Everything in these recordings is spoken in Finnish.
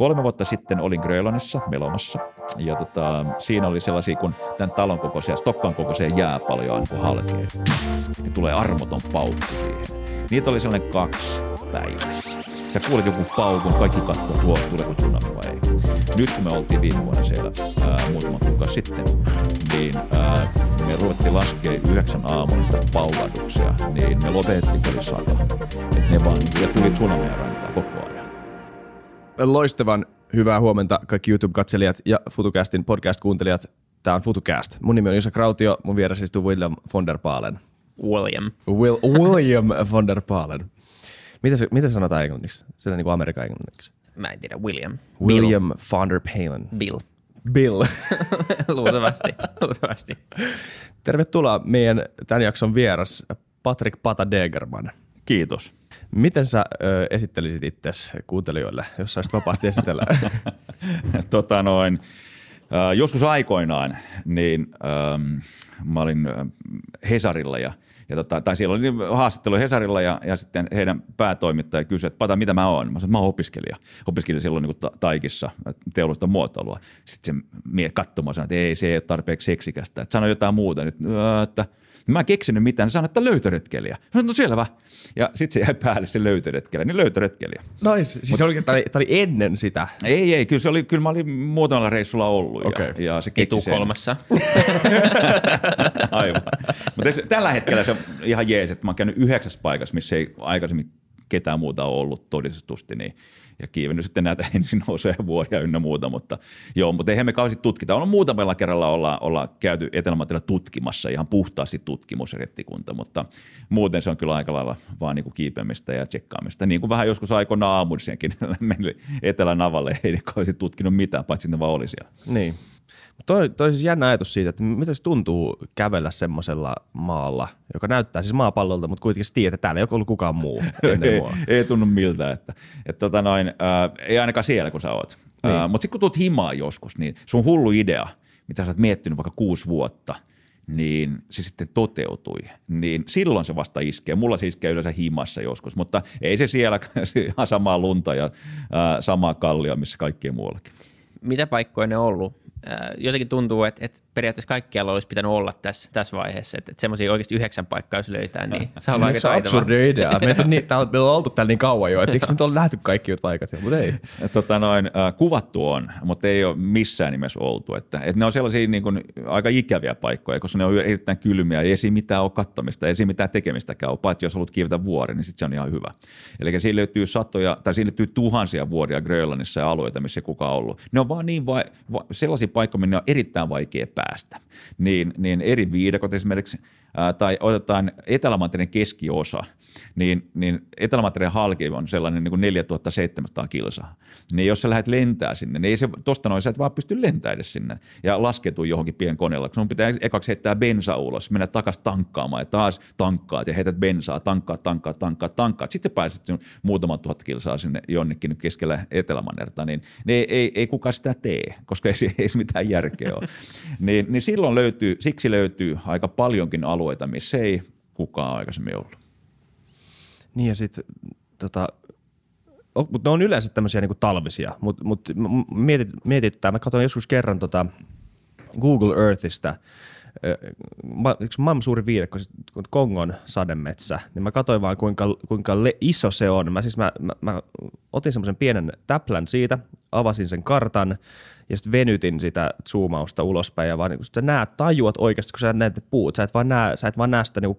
3 vuotta sitten olin Grönlannissa melomassa ja siinä oli sellaisia, kun tämän talon kokoisia, Stokkan kokoisia jääpaloja aina kun halkee. Niin tulee armoton paukku siihen. Niitä oli sellainen 2 päivässä. Sä kuulit joku paukun, kaikki katsoo, tuleeko tsunami vai ei. Nyt kun me oltiin viime vuonna siellä muutama kuukausi sitten, niin me ruvettiin laskea 9 aamulla paukahduksia, niin me lopetettiin kyllä 100. Et ne vaan, ja tuli tsunamia rantaa koko ajan. Loistavan hyvää huomenta kaikki YouTube-katselijat ja FutuCastin podcast-kuuntelijat. Tämä on FutuCast. Mun nimi on Jusa Krautio, mun vieressä istuu William von der Palen. William von der Palen. Miten se sanotaan englanniksi? Se on niin kuin Amerikan englanniksi. Mä en tiedä, William von der Palen. Bill. Luultavasti. Tervetuloa meidän tämän jakson vieras Patrick Pata Degerman. Kiitos. Miten sä esittelisit itsesi kuuntelijoille, jos saisit vapaasti esitellä? Joskus aikoinaan niin mä olin Hesarilla tai siellä oli haastattelu Hesarilla ja sitten heidän päätoimittaja kysyi, että Pata, mitä mä oon? Mä sanoin, että mä oon opiskelija. Opiskelija silloin niin kuin Taikissa teollista muotoilua. Sitten se mies katsomaan sanoi, että ei, se ei ole tarpeeksi seksikästä. Että sano jotain muuta nyt, että mä en keksinyt mitään. Sanoin, että löytöretkelijä. Sanoin, no selvä. Ja sitten se jäi päälle se löytöretkelijä. Niin löytöretkelijä. Nice. Siis tämä oli ennen sitä? Ei. Kyllä mä olin muutamalla reissulla ollut. Okay. Ja se keksi sen. Tukholmassa. Aivan. Mutta tällä hetkellä se on ihan jees, että mä oon käynyt 9 paikassa, missä ei aikaisemmin ketään muuta ole ollut todistetusti, niin, ja kiivennyt sitten näitä ensin nousee vuoria ynnä muuta, mutta eihän me kauheasti tutkita. On muutamalla kerralla ollaan käyty Etelä-Mantereella tutkimassa, ihan puhtaasti tutkimusrettikunta, mutta muuten se on kyllä aika lailla vaan niin kuin kiipeämistä ja tsekkaamista. Niin kuin vähän joskus aikoinaan aamuisenkin meni Etelä-Navalle, ei kauheasti tutkinut mitään, paitsi ne vaan oli siellä. Niin. Toi siis jännä ajatus siitä, että miten se tuntuu kävellä semmoisella maalla, joka näyttää siis maapallolta, mutta kuitenkin tiedät, että täällä ei ole ollut kukaan muu ennen mua. Ei tunnu miltä, ei ainakaan siellä, kun sä oot. Niin. Mutta sitten kun tulet himaan joskus, niin sun hullu idea, mitä sä oot miettinyt vaikka 6 vuotta, niin se sitten toteutui. Niin silloin se vasta iskee. Mulla se iskee yleensä himassa joskus, mutta ei se siellä ihan samaa lunta ja samaa kallioa, missä kaikkien muuallakin. Mitä paikkoja ne on ollut? Jotenkin tuntuu, että periaatteessa kaikkialla olisi pitänyt olla tässä vaiheessa, että semmoisia oikeasti 9 paikkaa, jos löytää, niin se on aika taitava. Absurdi idea. Meillä on oltu täällä niin kauan jo, että eikö nyt ole nähty kaikki paikat, mutta ei. Kuvattu on, mutta ei ole missään nimessä oltu. Että ne on sellaisia niin kuin aika ikäviä paikkoja, koska ne on erittäin kylmiä, ei siinä mitään ole kattamista, ei siinä mitään tekemistäkään ole, paitsi jos haluat kiivetä vuori, niin sitten se on ihan hyvä. Eli siinä löytyy tuhansia vuoria Grönlannissa ja alueita, missä ei kukaan ollut. Ne on vaan niin sellaisia paikkoja, minne on erittäin vaikea päästä. Niin eri viidakot esimerkiksi, tai otetaan Etelä-Mantereen keskiosa, niin Etelä-Mantereen halki on sellainen niin kuin 4700 kilsaa. Niin jos sä lähdet lentää sinne, niin ei se tosta noin, sä et vaan pysty lentämään edes sinne ja laskeutua johonkin pienkoneella, kun sun pitää ekaksi heittää bensa ulos, mennä takaisin tankkaamaan ja taas tankkaat ja heität bensaa, tankkaat. Sitten pääset muutaman 1000 kilsaa sinne jonnekin keskellä Etelä-Mannerta, niin ei kukaan sitä tee, koska ei mitään järkeä ole. niin silloin siksi löytyy aika paljonkin alueita, missä ei kukaan aikaisemmin ollut. Niin ja sitten mutta ne on yleensä tämmöisiä niinku talvisia, mutta mietityttää. Mä katsoin joskus kerran Google Earthistä, yksi maailman suuri viidakko, Kongon sademetsä, niin mä katsoin vaan kuinka iso se on. Mä otin semmoisen pienen täplän siitä, avasin sen kartan ja sitten venytin sitä zoomausta ulospäin ja vaan niin kun sä tajuat oikeasti, kun sä näet ne puut, sä et vaan näe sitä niinku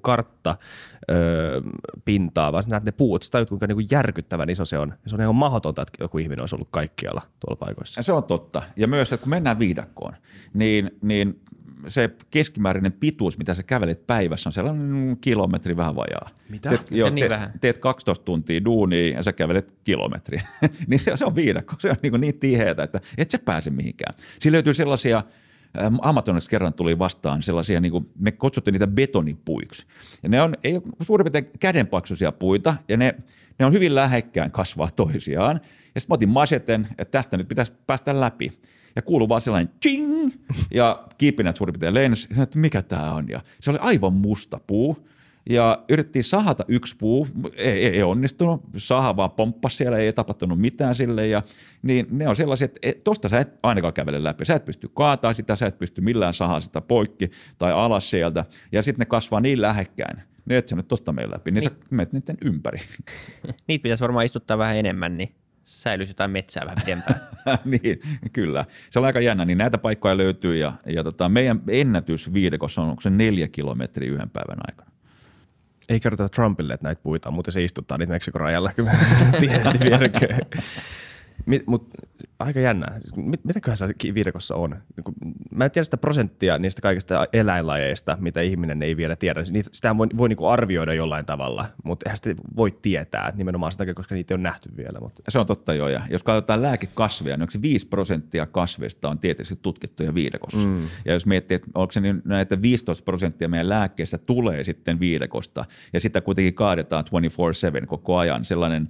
pintaa, vaan sä näet ne puut, sä tajut kuinka niinku järkyttävän iso se on. Se on ihan mahdotonta, että joku ihminen olisi ollut kaikkialla tuolla paikoissa. Se on totta. Ja myös, että kun mennään viidakkoon, niin se keskimääräinen pituus, mitä sä kävelet päivässä, on sellainen kilometri vähän vajaa. Mitä? Teet 12 tuntia duunia ja sä kävelet kilometriä. Niin se on viidakko. Se on niin tiheätä, että et sä pääse mihinkään. Siinä löytyy sellaisia, Amazonissa kerran tuli vastaan sellaisia, niin kuin me kutsuttiin niitä betonipuiksi. Ja ne on ei suurin piirtein kädenpaksuisia puita ja ne on hyvin lähekkään kasvaa toisiaan. Ja sitten mä otin maseten, että tästä nyt pitäisi päästä läpi. Ja kuului vaan sellainen ching, ja kiipinät suurin piirtein lensi, ja sanoin, että mikä tämä on. Ja se oli aivan musta puu, ja yritettiin sahata yksi puu, ei onnistunut, saha vaan pomppasi siellä, ei tapahtunut mitään sille, ja niin ne on sellaisia, että tosta sä et ainakaan kävele läpi, sä et pysty kaataa sitä, sä et pysty millään sahaa sitä poikki tai alas sieltä, ja sitten ne kasvaa niin lähekkäin, niin et sä nyt tosta meidän läpi, niin sä menet niiden ympäri. Niitä pitäisi varmaan istuttaa vähän enemmän, niin säilyisi jotain metsää vähän pidempään. Niin, kyllä. Se on aika jännä, niin näitä paikkoja löytyy, ja meidän ennätys viidekossa on, onko se 4 kilometriä yhden päivän aikana. Ei kerrota Trumpille, että näitä puita on, mutta se istuttaa niitä Meksikon rajalla kyllä tiheästi vierekkäin. Mutta aika jännää. Mitäköhän se viidekossa on? Mä en tiedä sitä prosenttia niistä kaikista eläinlajeista, mitä ihminen ei vielä tiedä. Sitä voi niinku arvioida jollain tavalla, mutta eihän sitä voi tietää nimenomaan sitä takia, koska niitä ei ole nähty vielä. Mutta. Se on totta jo. Ja jos katsotaan lääkekasveja, niin onko se 5% kasveista on tietysti tutkittuja viidekossa. Ja jos miettii, että onko se niin, että 15% meidän lääkkeistä tulee sitten viidekosta, ja sitä kuitenkin kaadetaan 24/7 koko ajan, sellainen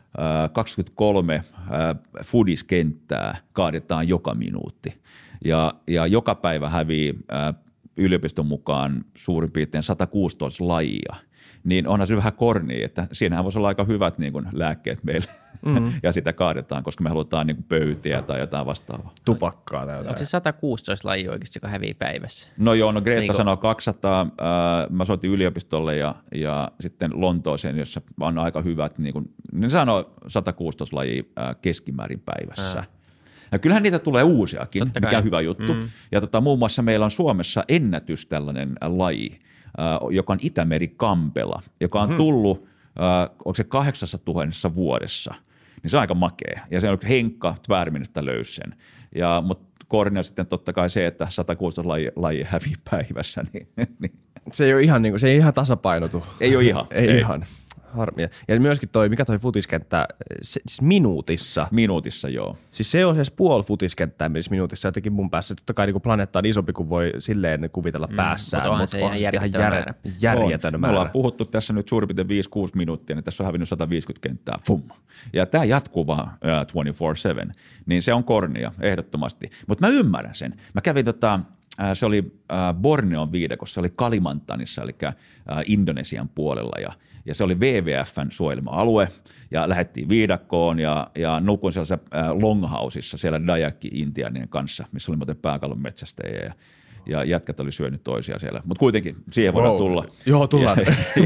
23 foodiskenttää kaadetaan joka minuutti ja joka päivä hävii yliopiston mukaan suurin piirtein 116 lajia, niin onhan se vähän kornia, että siinähän voisi olla aika hyvät niin kuin lääkkeet meille ja sitä kaadetaan, koska me halutaan niin kuin pöytiä tai jotain vastaavaa. Tupakkaa tai jotain. Onko se 116 lajia oikeasti, joka hävii päivässä? No joo, Greta sanoo 200, mä soitin yliopistolle ja sitten Lontooseen, jossa on aika hyvät, niin kuin, ne sanoo 116 lajia keskimäärin päivässä. Ja kyllähän niitä tulee uusiakin, mikä on hyvä juttu. Ja muun muassa meillä on Suomessa ennätys tällainen laji, joka on Itämeri-kampela, joka on tullut, onko se 8000 vuodessa, niin se on aika makea. Ja se on Henkka Tvärminestä löysi sen. Mutta korni on sitten totta kai se, että 116 lajia hävii päivässä. Niin. Se ei ole ihan, se ei ihan tasapainotu. Ei ole ihan. ei ihan. Harmia. Ja myöskin mikä toi futiskenttä, siis minuutissa. Minuutissa, joo. Siis se on siis puoli futiskenttää minuutissa, jotenkin mun päässä. Totta kai niin planeetta on isompi kuin voi silleen kuvitella päässään. Mutta onhan se ihan järjetön määrä. Me ollaan puhuttu tässä nyt suurin piirtein 5-6 minuuttia, niin tässä on hävinnyt 150 kenttää. Fum. Ja tämä jatkuu vaan 24/7, niin se on kornia ehdottomasti. Mutta mä ymmärrän sen. Mä kävin se oli Borneon viidekossa, se oli Kalimantanissa, eli Indonesian puolella, ja se oli WWFn suojelma-alue, ja lähdettiin viidakkoon, ja nukuin sellaisessa longhouseissa siellä Dayak-intianien kanssa, missä oli muuten pääkallon metsästäjiä, ja jätkät oli syönyt toisia siellä, mutta kuitenkin siihen voidaan tulla. Joo, tullaan.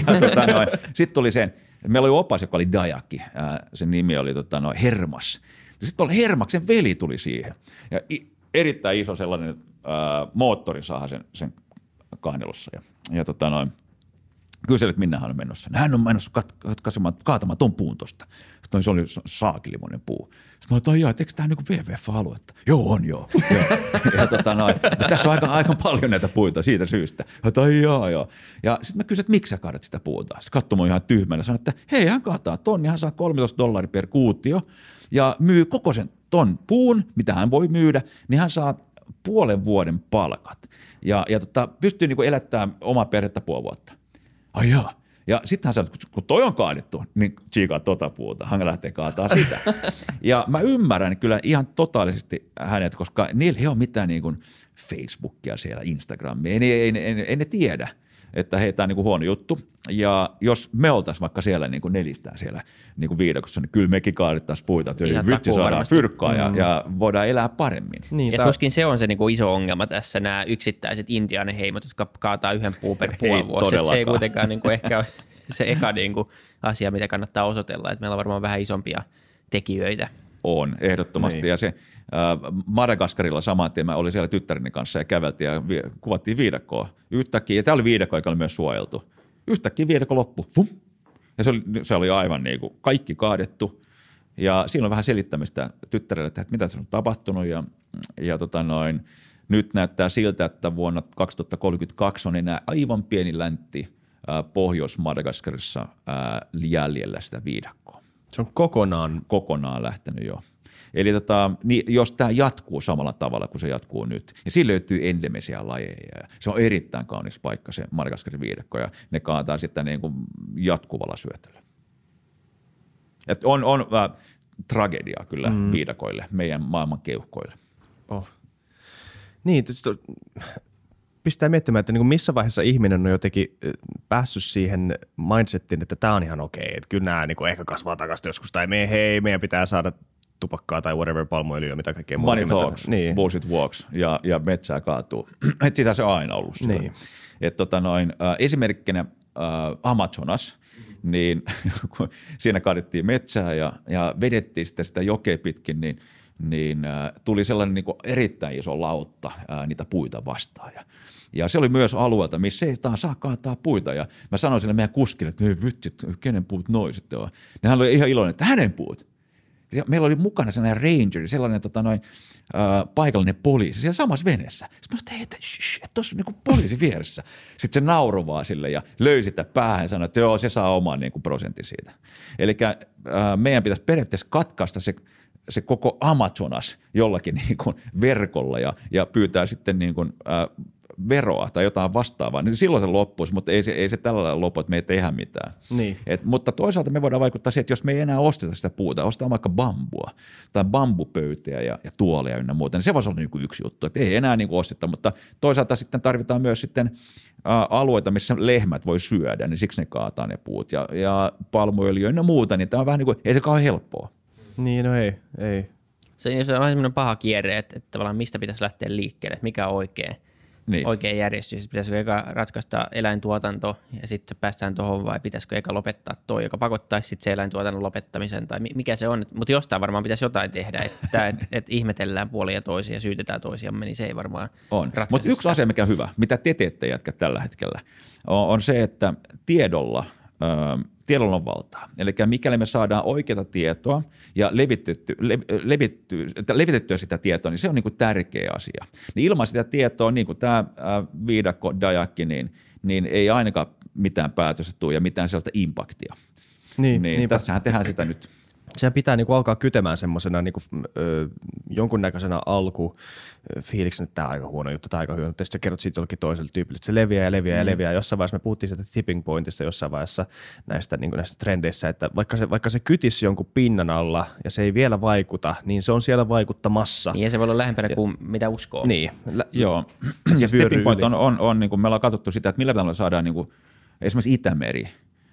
Sitten tuli sen, meillä oli opas, joka oli Dayakki, sen nimi oli Hermas. Sitten oli Hermaksen veli tuli siihen, ja erittäin iso sellainen moottorisaha sen kahnelussa. Ja kyselit, minne hän on menossa. Hän on menossa kaatamaan ton puun tosta. Sitten se oli saakilimoinen puu. Sitten mä oon, eikö tämä niin WWF-aluetta? Joo, on joo. Tässä on aika paljon näitä puita siitä syystä. Joo. Ja sitten mä kysyin, että miksi sä kaadat sitä puuta? Sitten katsoi ihan tyhmänä ja sanoi, että hei, hän kaataa ton, niin hän saa $13 per kuutio ja myy koko sen ton puun, mitä hän voi myydä, niin hän saa puolen vuoden palkat ja pystyy niin elättämään omaa perhettä puoli vuotta. Ai jaa. Ja sitten hän sanoi, että kun toi on kaadettu, niin tsiikaa puuta, hän lähtee kaataa sitä. Ja mä ymmärrän kyllä ihan totaalisesti hänet, koska niillä ei ole mitään niin kuin Facebookia siellä, Instagramia, ei ne tiedä, että hei, tämä on niin kuin huono juttu. Ja jos me oltaisiin vaikka siellä niin kuin nelistään siellä niin kuin viidakossa, niin kyllä mekin kaadettaisiin puita, että vitsi saadaan fyrkkaa ja voidaan elää paremmin. Niin, ja tuskin se on se niin kuin iso ongelma tässä, nämä yksittäiset intiaaniheimot, jotka kaataa yhden puun per puoli vuosi. Se ei kuitenkaan niin kuin ehkä ole se eka niin kuin asia, mitä kannattaa osoitella, että meillä on varmaan vähän isompia tekijöitä. On, ehdottomasti. Niin. Ja se Madagaskarilla saman tien mä olin siellä tyttäreni kanssa ja käveltiin ja kuvattiin viidakkoa yhtäkkiä. Ja tämä oli viidakko, joka oli myös suojeltu. Yhtäkkiä viidakko loppu. Fum. Ja se oli aivan niin kuin kaikki kaadettu. Ja siinä on vähän selittämistä tyttärelle, että mitä se on tapahtunut. Ja nyt näyttää siltä, että vuonna 2032 on enää aivan pieni läntti Pohjois-Madagaskarissa jäljellä sitä viidakkoa. Se on kokonaan lähtenyt jo. Eli niin jos tämä jatkuu samalla tavalla kuin se jatkuu nyt, ja siinä löytyy endemisiä lajeja. Se on erittäin kaunis paikka se Madagaskarin viidakko, ja ne kaataa sitten niin kuin jatkuvalla syötöllä. Et on tragedia kyllä viidakoille, meidän maailman keuhkoille. Oh. Niin, pistää miettimään, että niin kuin missä vaiheessa ihminen on jotenkin päässyt siihen mindsettiin, että tämä on ihan okei, että kyllä nämä niin kuin ehkä kasvaa takaisin joskus, tai meidän pitää saada tupakkaa tai whatever, palmuöljyä, mitä kaikkea muuta. Money talks, niin. Bullshit walks ja metsää kaatuu. Et sitä se on aina ollut. Niin. Esimerkkinä Amazonas, niin kun siinä kaadettiin metsää ja vedettiin sitä jokea pitkin, niin tuli sellainen niin kuin erittäin iso lautta niitä puita vastaan. Ja se oli myös alueelta, missä ei saa kaataa puita. Ja mä sanoin sille meidän kuskille, että vitsi, kenen puut noi sitten on. Nehän oli ihan iloinen, että hänen puut. Ja meillä oli mukana sellainen ranger, sellainen paikallinen poliisi siellä samassa veneessä. Sitten mä sanoin, että tuossa on niin poliisi vieressä. Sitten se nauroi vaan sille ja löi sitä päähän ja sanoi, että joo, se saa oman niin prosentin siitä. Eli meidän pitäisi periaatteessa katkaista se koko Amazonas jollakin niin kuin verkolla ja pyytää sitten niin kuin, veroa tai jotain vastaavaa, niin silloin se loppuisi, mutta ei se tällä lailla loppu, että me ei tehdä mitään. Niin. Mutta toisaalta me voidaan vaikuttaa siihen, että jos me ei enää osteta sitä puuta, ostaa vaikka bambua tai bambupöytiä ja tuolia ynnä muuta, niin se voisi olla niin kuin yksi juttu, että ei enää niin kuin osteta, mutta toisaalta sitten tarvitaan myös sitten alueita, missä lehmät voi syödä, niin siksi ne kaataa ne puut ja palmuöljyä ynnä muuta, niin tämä on vähän niin kuin, ei se kauhean helppoa. Niin, no ei. Se on vähän semmoinen paha kierre, että tavallaan mistä pitäisi lähteä liikkeelle, että mikä on oikein järjestys. Pitäisikö eka ratkaista eläintuotanto ja sitten päästään tuohon vai pitäisikö eka lopettaa toi, joka pakottaisi sitten se eläintuotannon lopettamisen tai mikä se on. Mutta jostain varmaan pitäisi jotain tehdä, että ihmetellään puolia ja toisia ja syytetään toisiamme, niin se ei varmaan ratkaise. Mutta yksi asia, mikä on hyvä, mitä te teette jätkät tällä hetkellä, on se, että tiedolla on valtaa. Eli mikäli me saadaan oikeaa tietoa ja levitettyä sitä tietoa, niin se on niin kuin tärkeä asia. Niin ilman sitä tietoa, niin kuin tämä viidakko Dajakki, niin ei ainakaan mitään päätöstä tule ja mitään sellaista impaktia. Niin tässähän tehdään sitä nyt. Sehän pitää niinku alkaa kytemään semmoisena niinku, jonkunnäköisenä alkufiiliksen, että tämä on aika huono juttu, tämä on aika hyvä, mutta sitten sä kerrot siitä jollekin toiselle tyypille, että se leviää ja leviää ja leviää. Jossain vaiheessa me puhuttiin siitä tipping pointista jossain vaiheessa näistä trendeissä, että vaikka se kytisi jonkun pinnan alla ja se ei vielä vaikuta, niin se on siellä vaikuttamassa. Niin ja se voi olla lähempänä kuin mitä uskoo. Niin. Joo. Ja tipping point on niin kuin me ollaan katsottu sitä, että millä tavalla saadaan niin kuin, esimerkiksi Itämeri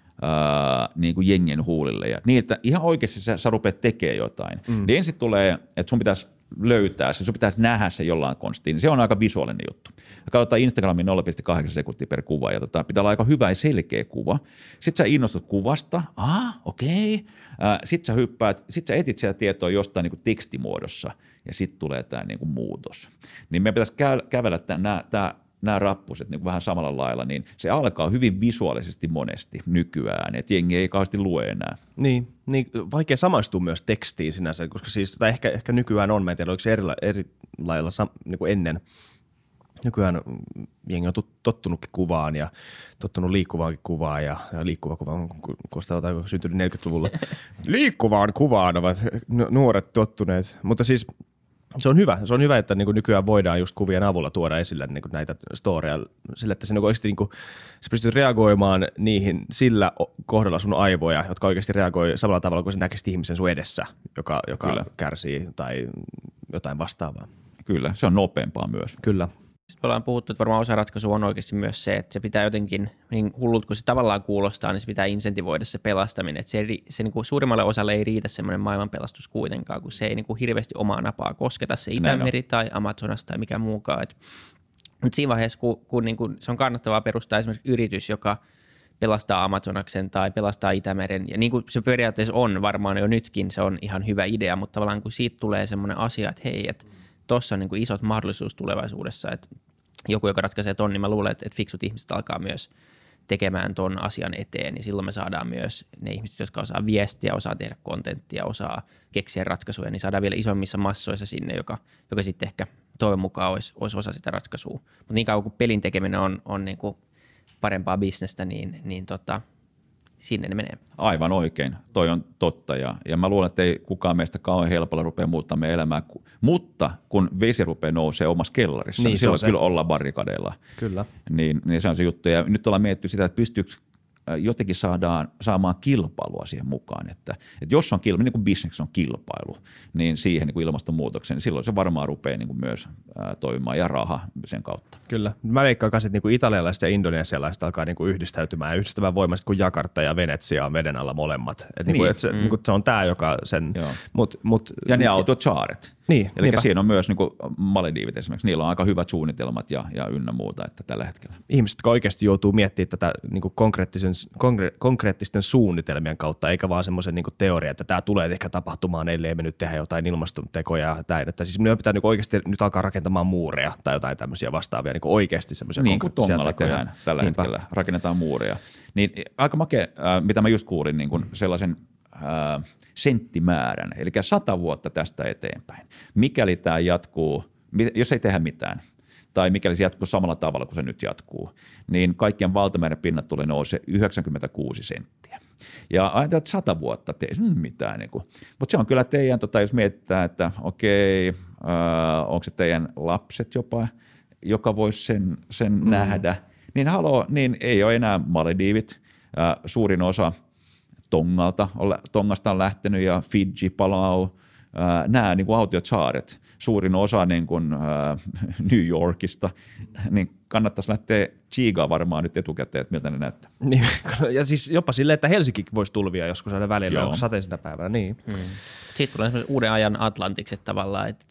niin kuin jengen huulille ja niin, että ihan oikeasti sä rupeat tekemään jotain. Niin ensin tulee, että sun pitäisi löytää se, sun pitäisi nähdä se jollain konstiin, niin se on aika visuaalinen juttu. Katsotaan Instagramin 0,8 sekuntia per kuva ja pitää olla aika hyvä ja selkeä kuva. Sitten sä innostut kuvasta, okei. Sitten sä etit sieltä tietoa jostain niin kuin tekstimuodossa ja sitten tulee tämä niin kuin muutos. Niin meidän pitäisi kävellä nämä rappuset niin vähän samalla lailla, niin se alkaa hyvin visuaalisesti monesti nykyään, että jengi ei kauheasti lue enää. Niin vaikea samaistua myös tekstiin sinänsä, koska siis, tai ehkä nykyään on, mä en tiedä, oliko se eri lailla niin kuin ennen. Nykyään jengi on tottunutkin kuvaan ja tottunut liikkuvaankin kuvaan ja liikkuva kuva on syntynyt 40-luvulla. Liikkuvaan kuvaan ovat nuoret tottuneet, mutta siis se on hyvä, että niin kuin nykyään voidaan just kuvien avulla tuoda esille niin kuin näitä storeja sillä, että se niin oikeasti niin kuin, sä pystyt reagoimaan niihin sillä kohdalla sun aivoja, jotka oikeasti reagoi samalla tavalla kuin sä näkisit ihmisen sun edessä, joka kärsii tai jotain vastaavaa. Kyllä, se on nopeampaa myös. Kyllä. Sitten ollaan puhuttu, että varmaan osa ratkaisu on oikeasti myös se, että se pitää jotenkin, niin hullut kun se tavallaan kuulostaa, niin se pitää insentivoida se pelastaminen. Että se niin kuin suurimmalle osalle ei riitä semmoinen maailmanpelastus kuitenkaan, kun se ei niin kuin hirveästi omaa napaa kosketa se Itämeri tai Amazonas tai mikä muukaan. Mutta siinä vaiheessa, kun niin kuin se on kannattavaa perustaa esimerkiksi yritys, joka pelastaa Amazonaksen tai pelastaa Itämeren, ja niin kuin se periaatteessa on varmaan jo nytkin, se on ihan hyvä idea, mutta tavallaan kun siitä tulee semmoinen asia, että hei, että tuossa on niin kuin isot mahdollisuus tulevaisuudessa, että joku, joka ratkaisee ton, niin mä luulen, että fiksut ihmiset alkaa myös tekemään ton asian eteen, niin silloin me saadaan myös ne ihmiset, jotka osaa viestiä, osaa tehdä kontenttia, osaa keksiä ratkaisuja, niin saadaan vielä isommissa massoissa sinne, joka sitten ehkä toivon mukaan olisi osa sitä ratkaisua. Mutta niin kauan kuin pelin tekeminen on niin kuin parempaa bisnestä, niin sinne ne menee. Aivan oikein, toi on totta ja mä luulen, että ei kukaan meistä kauhean helpolla rupea muuttamaan meidän elämää, mutta kun vesi rupeaa nousee omassa kellarissa, niin silloin kyllä ollaan barrikadeilla. Kyllä. Niin se on se juttu ja nyt ollaan mietitty sitä, että pystyykö jotenkin saamaan kilpailua siihen mukaan, että jos on kilpailu, niin kuin business on kilpailu, niin siihen niin kuin ilmastonmuutokseen, niin silloin se varmaan rupeaa niin kuin myös toimimaan ja raha sen kautta. Kyllä. Mä veikkaan kanssa, että niin italialaiset ja indonesialaiset alkaa niin kuin yhdistämään voimasta, kun Jakarta ja Venetsia on veden alla molemmat. Se on tämä, joka sen... Ja ne autosaaret. Niin, eli siinä on myös niin kuin Malediivit esimerkiksi, niillä on aika hyvät suunnitelmat ja ynnä muuta että tällä hetkellä. Ihmiset, jotka oikeasti joutuu miettimään tätä niin kuin konkreettisten suunnitelmien kautta, eikä vaan semmoisen niin teoria, että tämä tulee ehkä tapahtumaan, ellei me nyt tehdä jotain ilmastontekoja ja näin. Että siis meidän pitää niin oikeasti nyt alkaa rakentamaan muureja tai jotain tämmöisiä vastaavia, niin oikeasti semmoisia konkreettisia tekoja. Niin kuin Tongalla tehdään tällä hetkellä, rakennetaan muureja. Niin aika makea, mitä mä just kuulin, niin kuin sellaisen senttimäärän, eli 100 vuotta tästä eteenpäin. Mikäli tämä jatkuu, jos ei tehdä mitään, tai mikäli se jatkuu samalla tavalla kuin se nyt jatkuu, niin kaikkien valtameren pinnat tulee nousee 96 senttiä. Ja ajatellaan, että 100 vuotta mitään. Niin mutta se on kyllä teidän, jos mietitään, että okei, onko se teidän lapset jopa, joka voisi sen nähdä, niin ei ole enää Malediivit. Suurin osa Tongasta on lähtenyt ja Fiji, Palau, nämä niin kuin autiot saaret, suurin osa niin kuin, New Yorkista, niin kannattaisi lähteä chiigaa varmaan nyt etukäteen, että miltä ne näyttää. Niin, ja siis jopa silleen, että Helsinki voisi tulvia joskus aina välillä, onko sateisena päivänä. Niin. Sitten tulee semmoisen uuden ajan Atlantikset tavallaan, että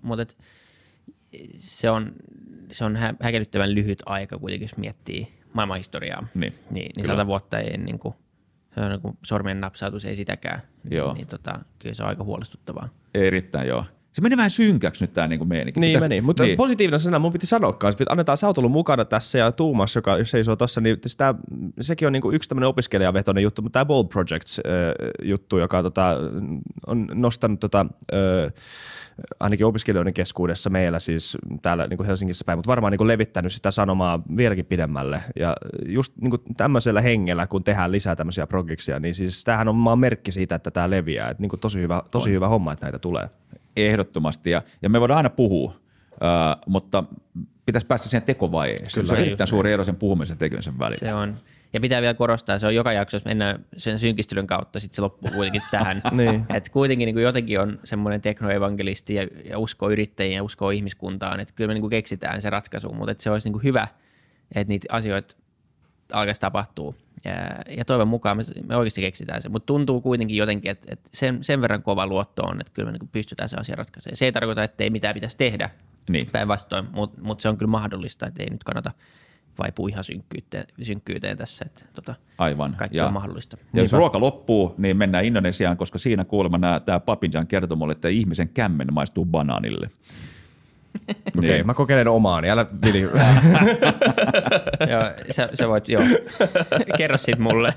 se on häkellyttävän lyhyt aika kuitenkin, jos miettii maailmanhistoriaa. Niin 100 vuotta ei niin kuin, se on niin kuin sormien napsautus, ei sitäkään. Niin kyllä se on aika huolestuttavaa. Erittäin joo. Se meni vähän synkäksi nyt tämä niin meininki. Niin meni, mutta positiivinen sana mun piti sanoa kanssa. Annetaan Sautolu mukana tässä ja Tuumas, joka seisoo tuossa, niin sekin on niin kuin yksi tämmöinen opiskelijavetoinen juttu, mutta tämä Bold Projects-juttu, joka on nostanut ainakin opiskelijoiden keskuudessa meillä siis täällä niin kuin Helsingissä päin, mutta varmaan niin kuin levittänyt sitä sanomaa vieläkin pidemmälle. Ja just niin kuin tämmöisellä hengellä, kun tehdään lisää tämmöisiä projekteja, niin siis tämähän on maan merkki siitä, että tämä leviää. Että niin kuin tosi hyvä homma, että näitä tulee. Ehdottomasti. Ja me voidaan aina puhua, mutta pitäisi päästä siihen tekovaiheeseen. Se on erittäin suuri ero sen puhumisen ja tekemisen välillä. Se on. Ja pitää vielä korostaa, se on joka jaksossa mennään sen synkistelyn kautta, sitten se loppuu kuitenkin tähän. Niin. Että kuitenkin niin kuin jotenkin on semmoinen teknoevankelisti ja uskoo yrittäjiin ja uskoo ihmiskuntaan, että kyllä me niin kuin keksitään se ratkaisu, mutta että se olisi niin kuin hyvä, että niitä asioita alkaisi tapahtua. Ja toivon mukaan me oikeasti keksitään se, mutta tuntuu kuitenkin jotenkin, että sen verran kova luotto on, että kyllä me niin pystytään se asia ratkaisemaan. Se ei tarkoita, että ei mitään pitäisi tehdä päinvastoin, mutta se on kyllä mahdollista, että ei nyt kannata vaipuu ihan synkkyyteen tässä, että aivan. Kaikki on mahdollista. Ja jos ruoka loppuu, niin mennään Indonesiaan, koska siinä kuulemma tämä Papinjan kertoi mulle, että ihmisen kämmen maistuu banaanille. Okei, mä kokeilen omaani, älä Vili. Joo, sä voit, kerro siitä mulle.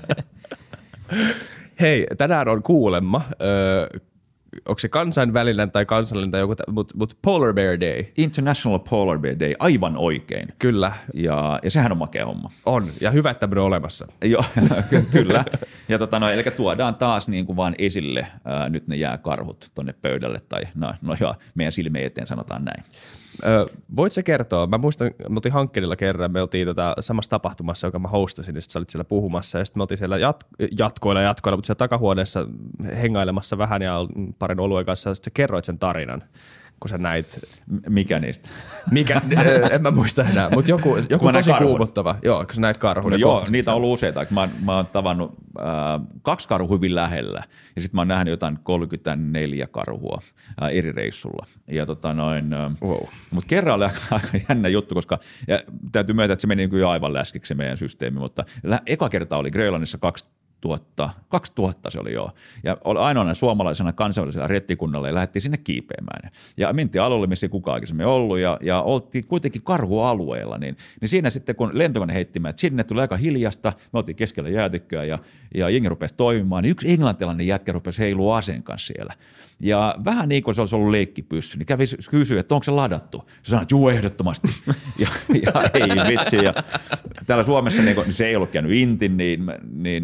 Hei, tänään on kuulemma, onko se kansainvälinen tai kansallinen tai joku, mutta Polar Bear Day. International Polar Bear Day, aivan oikein. Kyllä. Ja sehän on makea homma. On, ja hyvä, että tämmöinen on olemassa. Joo, kyllä. Ja eli tuodaan taas niin kuin vaan esille nyt ne jääkarhut tonne pöydälle, tai meidän silmien eteen sanotaan näin. Voit sä kertoa, mä muistan, me oltiin Hankkelilla kerran, me oltiin samassa tapahtumassa, joka mä hostasin, ja sitten sä olit siellä puhumassa, ja sitten me oltiin siellä jatkoilla, mutta siellä takahuoneessa hengailemassa vähän ja parin oluen kanssa, ja sitten sä kerroit sen tarinan, kun sä näit. Mikä niistä? En mä muista enää, mutta joku tosi kuumottava. Joo, kun sä näit karhun. No joo, niitä on ollut useita. Mä oon tavannut 2 karhua hyvin lähellä, ja sitten mä oon nähnyt jotain 34 karhua eri reissulla. Ja mutta kerran oli aika jännä juttu, koska täytyy myöntää, että se meni niin aivan läskiksi meidän systeemi, mutta eka kerta oli Grönlannissa 2000 se oli joo. Ja oli ainoana suomalaisena kansainvälisellä rettikunnalla ja lähdettiin sinne kiipeämään. Ja mentiin alueelle, missä ei kukaan aikaisemmin ollut ja oltiin kuitenkin karhualueella. Niin siinä sitten, kun lentokone heitti, että sinne tuli aika hiljasta, me oltiin keskellä jäätykköä ja jengi rupesi toimimaan, niin yksi englantilainen jätkä rupesi heilua aseen kanssa siellä. Ja vähän niin kuin se olisi ollut leikkipyssy, niin kävi kysyä, että onko se ladattu. Se sanoi, että juu, ehdottomasti. ja ei vitsi. Ja täällä Suomessa niin se ei ollut käynyt intin, niin mä sanoin,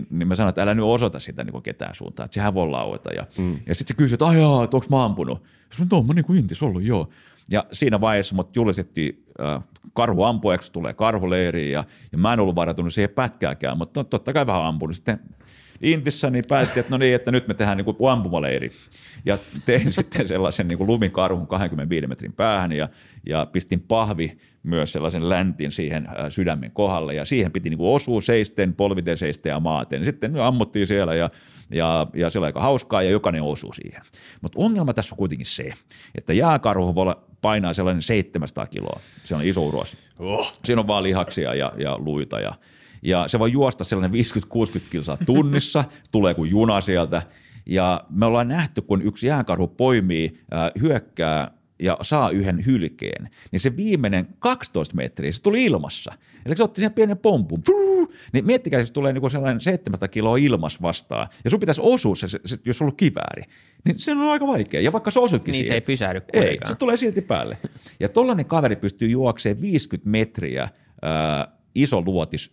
sanoin, että älä nyt osoita sitä niin kuin ketään suuntaan, että sehän voi laueta. Ja sitten se kysyi, että ajaa, että onko mä ampunut? Sanoin, että on mä niin kuin intis ollut, joo. Ja siinä vaiheessa mut julistettiin karhuampujaksi, tulee karhuleiriin ja mä en ollut varatunut siihen pätkääkään, mutta totta kai vähän ampunut. Sitten Intissä niin päätettiin, että no niin, että nyt me tehdään niin kuin ampumaleiri. Ja tein sitten sellaisen niin kuin lumikarhun 25 metrin päähän ja pistin pahvi myös sellaisen läntin siihen sydämen kohdalle ja siihen piti niin kuin osua seisten, polviten seisten ja maaten. Sitten me ammuttiin siellä ja se oli aika hauskaa ja jokainen osui siihen. Mutta ongelma tässä on kuitenkin se, että jääkarhu voi painaa sellainen 700 kiloa. Se on iso uros. Siinä on vaan lihaksia ja luita ja se voi juosta sellainen 50-60 kilsaa tunnissa, tulee kuin juna sieltä. Ja me ollaan nähty, kun yksi jääkarhu poimii, hyökkää ja saa yhden hylkeen, niin se viimeinen 12 metriä, se tuli ilmassa. Eli se otti sen pienen pompun. Niin miettikää, jos tulee niinku sellainen 700 kiloa ilmas vastaan, ja sun pitäisi osua se, jos on ollut kivääri, niin se on aika vaikea. Ja vaikka se osuikin niin siihen. Se ei pysähdy kuitenkaan. Ei, se tulee silti päälle. Ja tollainen kaveri pystyy juoksemaan 50 metriä iso luotis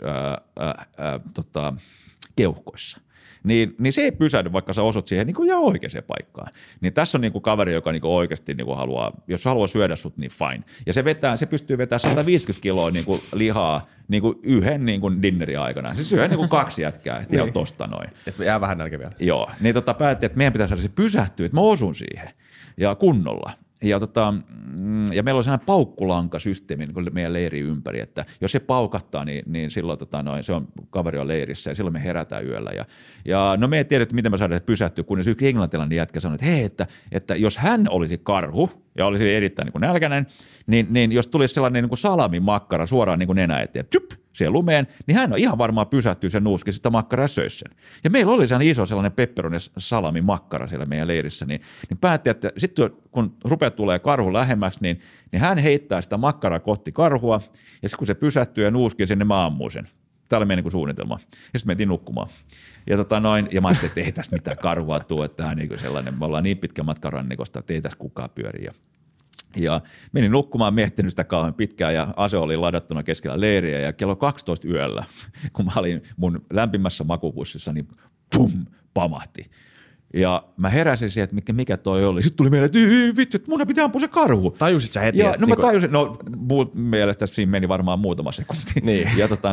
keuhkoissa. Niin se ei pysähdy, vaikka sä osut siihen niin kuin ihan oikeaan paikkaan. Niin tässä on niin kuin kaveri, joka niin kuin oikeasti niin kuin haluaa, jos haluaa syödä sut, niin fine. Ja se pystyy vetämään 150 kiloa niin kuin lihaa niin kuin yhden niin kuin dinnerin aikana. Se syö niin kuin 2 jätkää, ihan tosta noin. Että jää vähän nälkä vielä. Joo, niin päätettiin, että meidän pitäisi saada se pysähtyä, että mä osun siihen ja kunnolla. Ja meillä on sellainen paukkulankasysteemi niin meidän leirin ympäri, että jos se paukattaa, niin silloin se on kaveri on leirissä ja silloin me herätään yöllä. Ja no me ei tiedä, miten me saadaan pysähtyä, kunnes yksi englantilainen jätkä sanoi, että hei, että jos hän olisi karhu ja olisi erittäin niin kuin nälkäinen, niin jos tulisi sellainen niin kuin salamimakkara suoraan niin kuin nenä eteen, siihen lumeen, niin hän on ihan varmaan pysähtyy sen nuuski sitä makkaraa söisi sen. Ja meillä oli sellainen pepperoni salamimakkara siellä meidän leirissä, niin päätti, että sitten kun rupeaa tulee karhu lähemmäksi, niin hän heittää sitä makkaraa kohti karhua, ja sitten kun se pysähtyy ja nuuskii sen, niin mä ammun sen. Tämä oli meidän niin kuin suunnitelma. Ja sitten mentiin nukkumaan. Ja mä ajattelin, että ei tästä mitään karhua tule, että tämä on niin sellainen, me ollaan niin pitkä matka rannikosta, että ei tässä kukaan pyöri. Ja menin nukkumaan, miettinyt sitä kauhean pitkään ja ase oli ladattuna keskellä leiriä ja kello 12 yöllä, kun mä olin mun lämpimässä makupussissa, niin pum, pamahti. Ja mä heräsin siihen, että mikä toi oli. Sitten tuli meille, että vitsi, että mun pitää ampua se karhu. Tajusit sä heti? Ja, no mä tajusin, mun mielestä siinä meni varmaan muutama sekunti. Niin.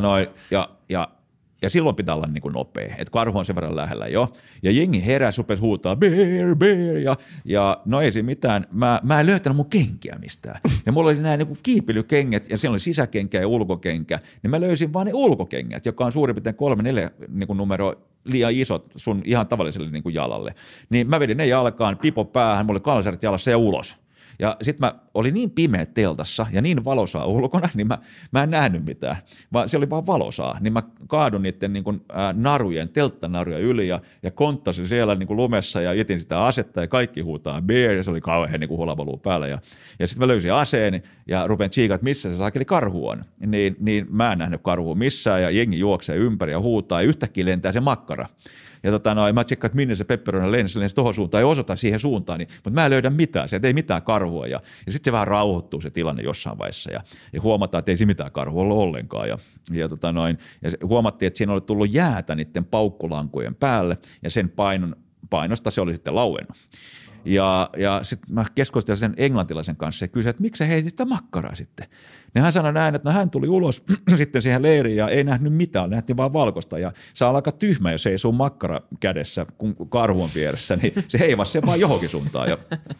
Ja silloin pitää olla niin kuin nopea, että karhu on sen verran lähellä jo. Ja jengi heräsi, rupesi huutaa bear, ja no ei siinä mitään. Mä en löytänyt mun kenkiä mistään. Ja mulla oli nämä niin kuin kiipeilykengät, ja siellä oli sisäkenkä ja ulkokenkä. Niin mä löysin vaan ne ulkokengät, joka on suurin piirtein 3-4 niin kuin numero liian isot sun ihan tavalliselle niin kuin jalalle. Niin mä vedin ne jalkaan, pipo päähän, mulla oli kalsarit jalassa ja ulos. Ja sitten mä olin niin pimeä teltassa ja niin valosaa ulkona, niin mä en nähnyt mitään, vaan se oli vaan valosaa. Niin mä kaadun niiden niin kuin, telttanaruja yli ja konttasin siellä niin kuin lumessa ja jätin sitä asetta ja kaikki huutaa bear ja se oli kauhean niin kuin hulavaluu päällä. Ja sitten mä löysin aseen ja rupean tsiikaan, että missä se saakeli karhu on. Niin mä en nähnyt karhua missään ja jengi juoksee ympäri ja huutaa ja yhtäkkiä lentää se makkara. Ja mä tsekkaan, että minne se pepperoni lensi tuohon suuntaan, ei osoita siihen suuntaan, mutta mä en löydä mitään, sieltä ei mitään karhua. Ja sitten se vähän rauhoittuu se tilanne jossain vaiheessa ja huomataan, että ei se mitään karhua ollut ollenkaan. Ja huomattiin, että siinä oli tullut jäätä niiden paukkulankujen päälle ja sen painosta se oli sitten lauennut. Ja sitten mä keskustelin sen englantilaisen kanssa ja kysyin, että miksi sä heitit sitä makkaraa sitten. Niin hän sanoi näin, että hän tuli ulos sitten siihen leiriin ja ei nähnyt mitään, nähtiin vaan valkoista. Ja saa olla aika tyhmä, jos ei sun makkara kädessä, kun karhu on vieressä, niin se heivasi sen vaan johonkin suuntaan.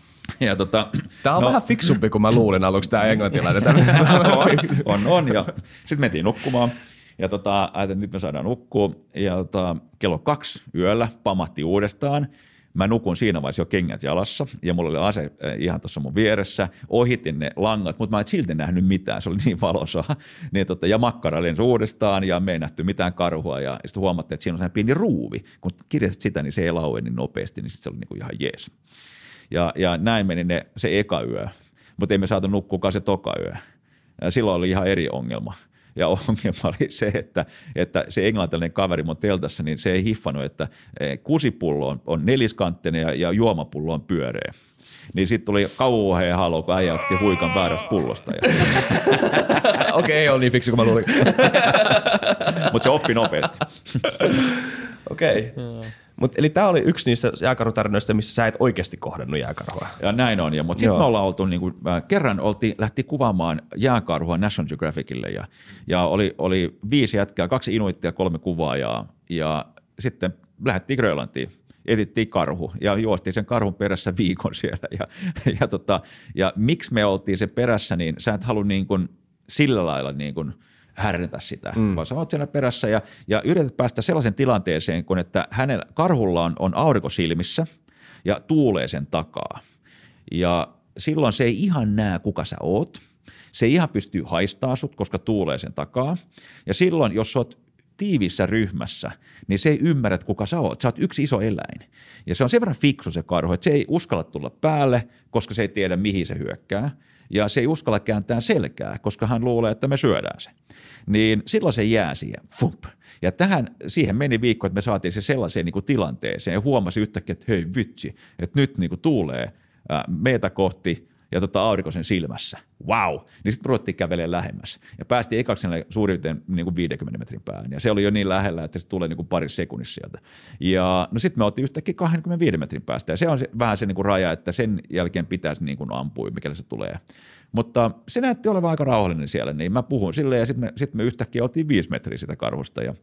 Tämä on vähän fiksumpi kuin mä luulin aluksi tämä englantilainen. On. Ja sitten mentiin nukkumaan. Ja ajattelin, että nyt me saadaan nukkua. Ja kello 2 yöllä pamahti uudestaan. Mä nukun siinä vaiheessa jo kengät jalassa ja mulla oli ase ihan tuossa mun vieressä. Ohitin ne langat, mutta mä en silti nähnyt mitään, se oli niin valosaa. Ja makkara lensi uudestaan ja me ei nähty mitään karhua ja sitten huomattiin, että siinä on sellainen pieni ruuvi. Kun kirjasit sitä, niin se ei laue niin nopeasti, niin sitten se oli niinku ihan jees. Ja näin meni se eka yö, mutta ei me saatu nukkukaan se toka yö. Ja silloin oli ihan eri ongelma. Ja ongelma oli se, että se englantilainen kaveri mun teltassa, niin se ei hiffannut, että kusipullo on neliskanttinen ja juomapullo on pyöreä. Niin sitten tuli kauhea halo, kun äijä otti huikan väärästä pullosta. Okei, ei ole niin fiksi kuin mä luulin. Mutta se oppi nopeasti. Okei. Eli tämä oli yksi niistä jääkarhutarinoista, missä sä et oikeasti kohdannut jääkarhua. Ja näin on. Mutta sitten me ollaan oltu, kerran lähti kuvaamaan jääkarhua National Geographicille ja oli 5 jätkää, 2 inuittia, 3 kuvaajaa ja sitten lähdettiin Grönlantiin. Etittiin karhu ja juostiin sen karhun perässä viikon siellä. Ja miksi me oltiin sen perässä, niin sä et halua niin kuin sillä lailla niin kuin härnätä sitä, vaan sä oot siellä perässä ja yrität päästä sellaisen tilanteeseen, kun että karhulla on aurinko silmissä ja tuulee sen takaa. Ja silloin se ei ihan näe, kuka sä oot. Se ei ihan pystyy haistaa sut, koska tuulee sen takaa. Ja silloin, jos sä oot tiivissä ryhmässä, niin se ei ymmärrä, kuka sä oot. Sä oot yksi iso eläin. Ja se on sen verran fiksu se karhu, että se ei uskalla tulla päälle, koska se ei tiedä, mihin se hyökkää. Ja se ei uskalla kääntää selkää, koska hän luulee, että me syödään se. Niin silloin se jää siihen. Fump. Ja siihen meni viikko, että me saatiin se sellaiseen niin kuin tilanteeseen ja huomasi yhtäkkiä, että hei vitsi, että nyt niin kuin tuulee meitä kohti ja aurinkoisen silmässä. Wow! Niin sitten ruvettiin kävelemään lähemmäs. Ja päästiin ekaksi suurin piirtein niin kuin 50 metrin päähän. Ja se oli jo niin lähellä, että se tulee niin kuin pari sekunnissa sieltä. Ja no sitten me oltiin yhtäkkiä 25 metrin päästä. Ja se on vähän se niin kuin raja, että sen jälkeen pitäisi niin kuin ampua, mikäli se tulee. Mutta se näytti olevan aika rauhallinen siellä, niin mä puhun silleen ja sitten me yhtäkkiä oltiin 5 metriä sitä karhusta ja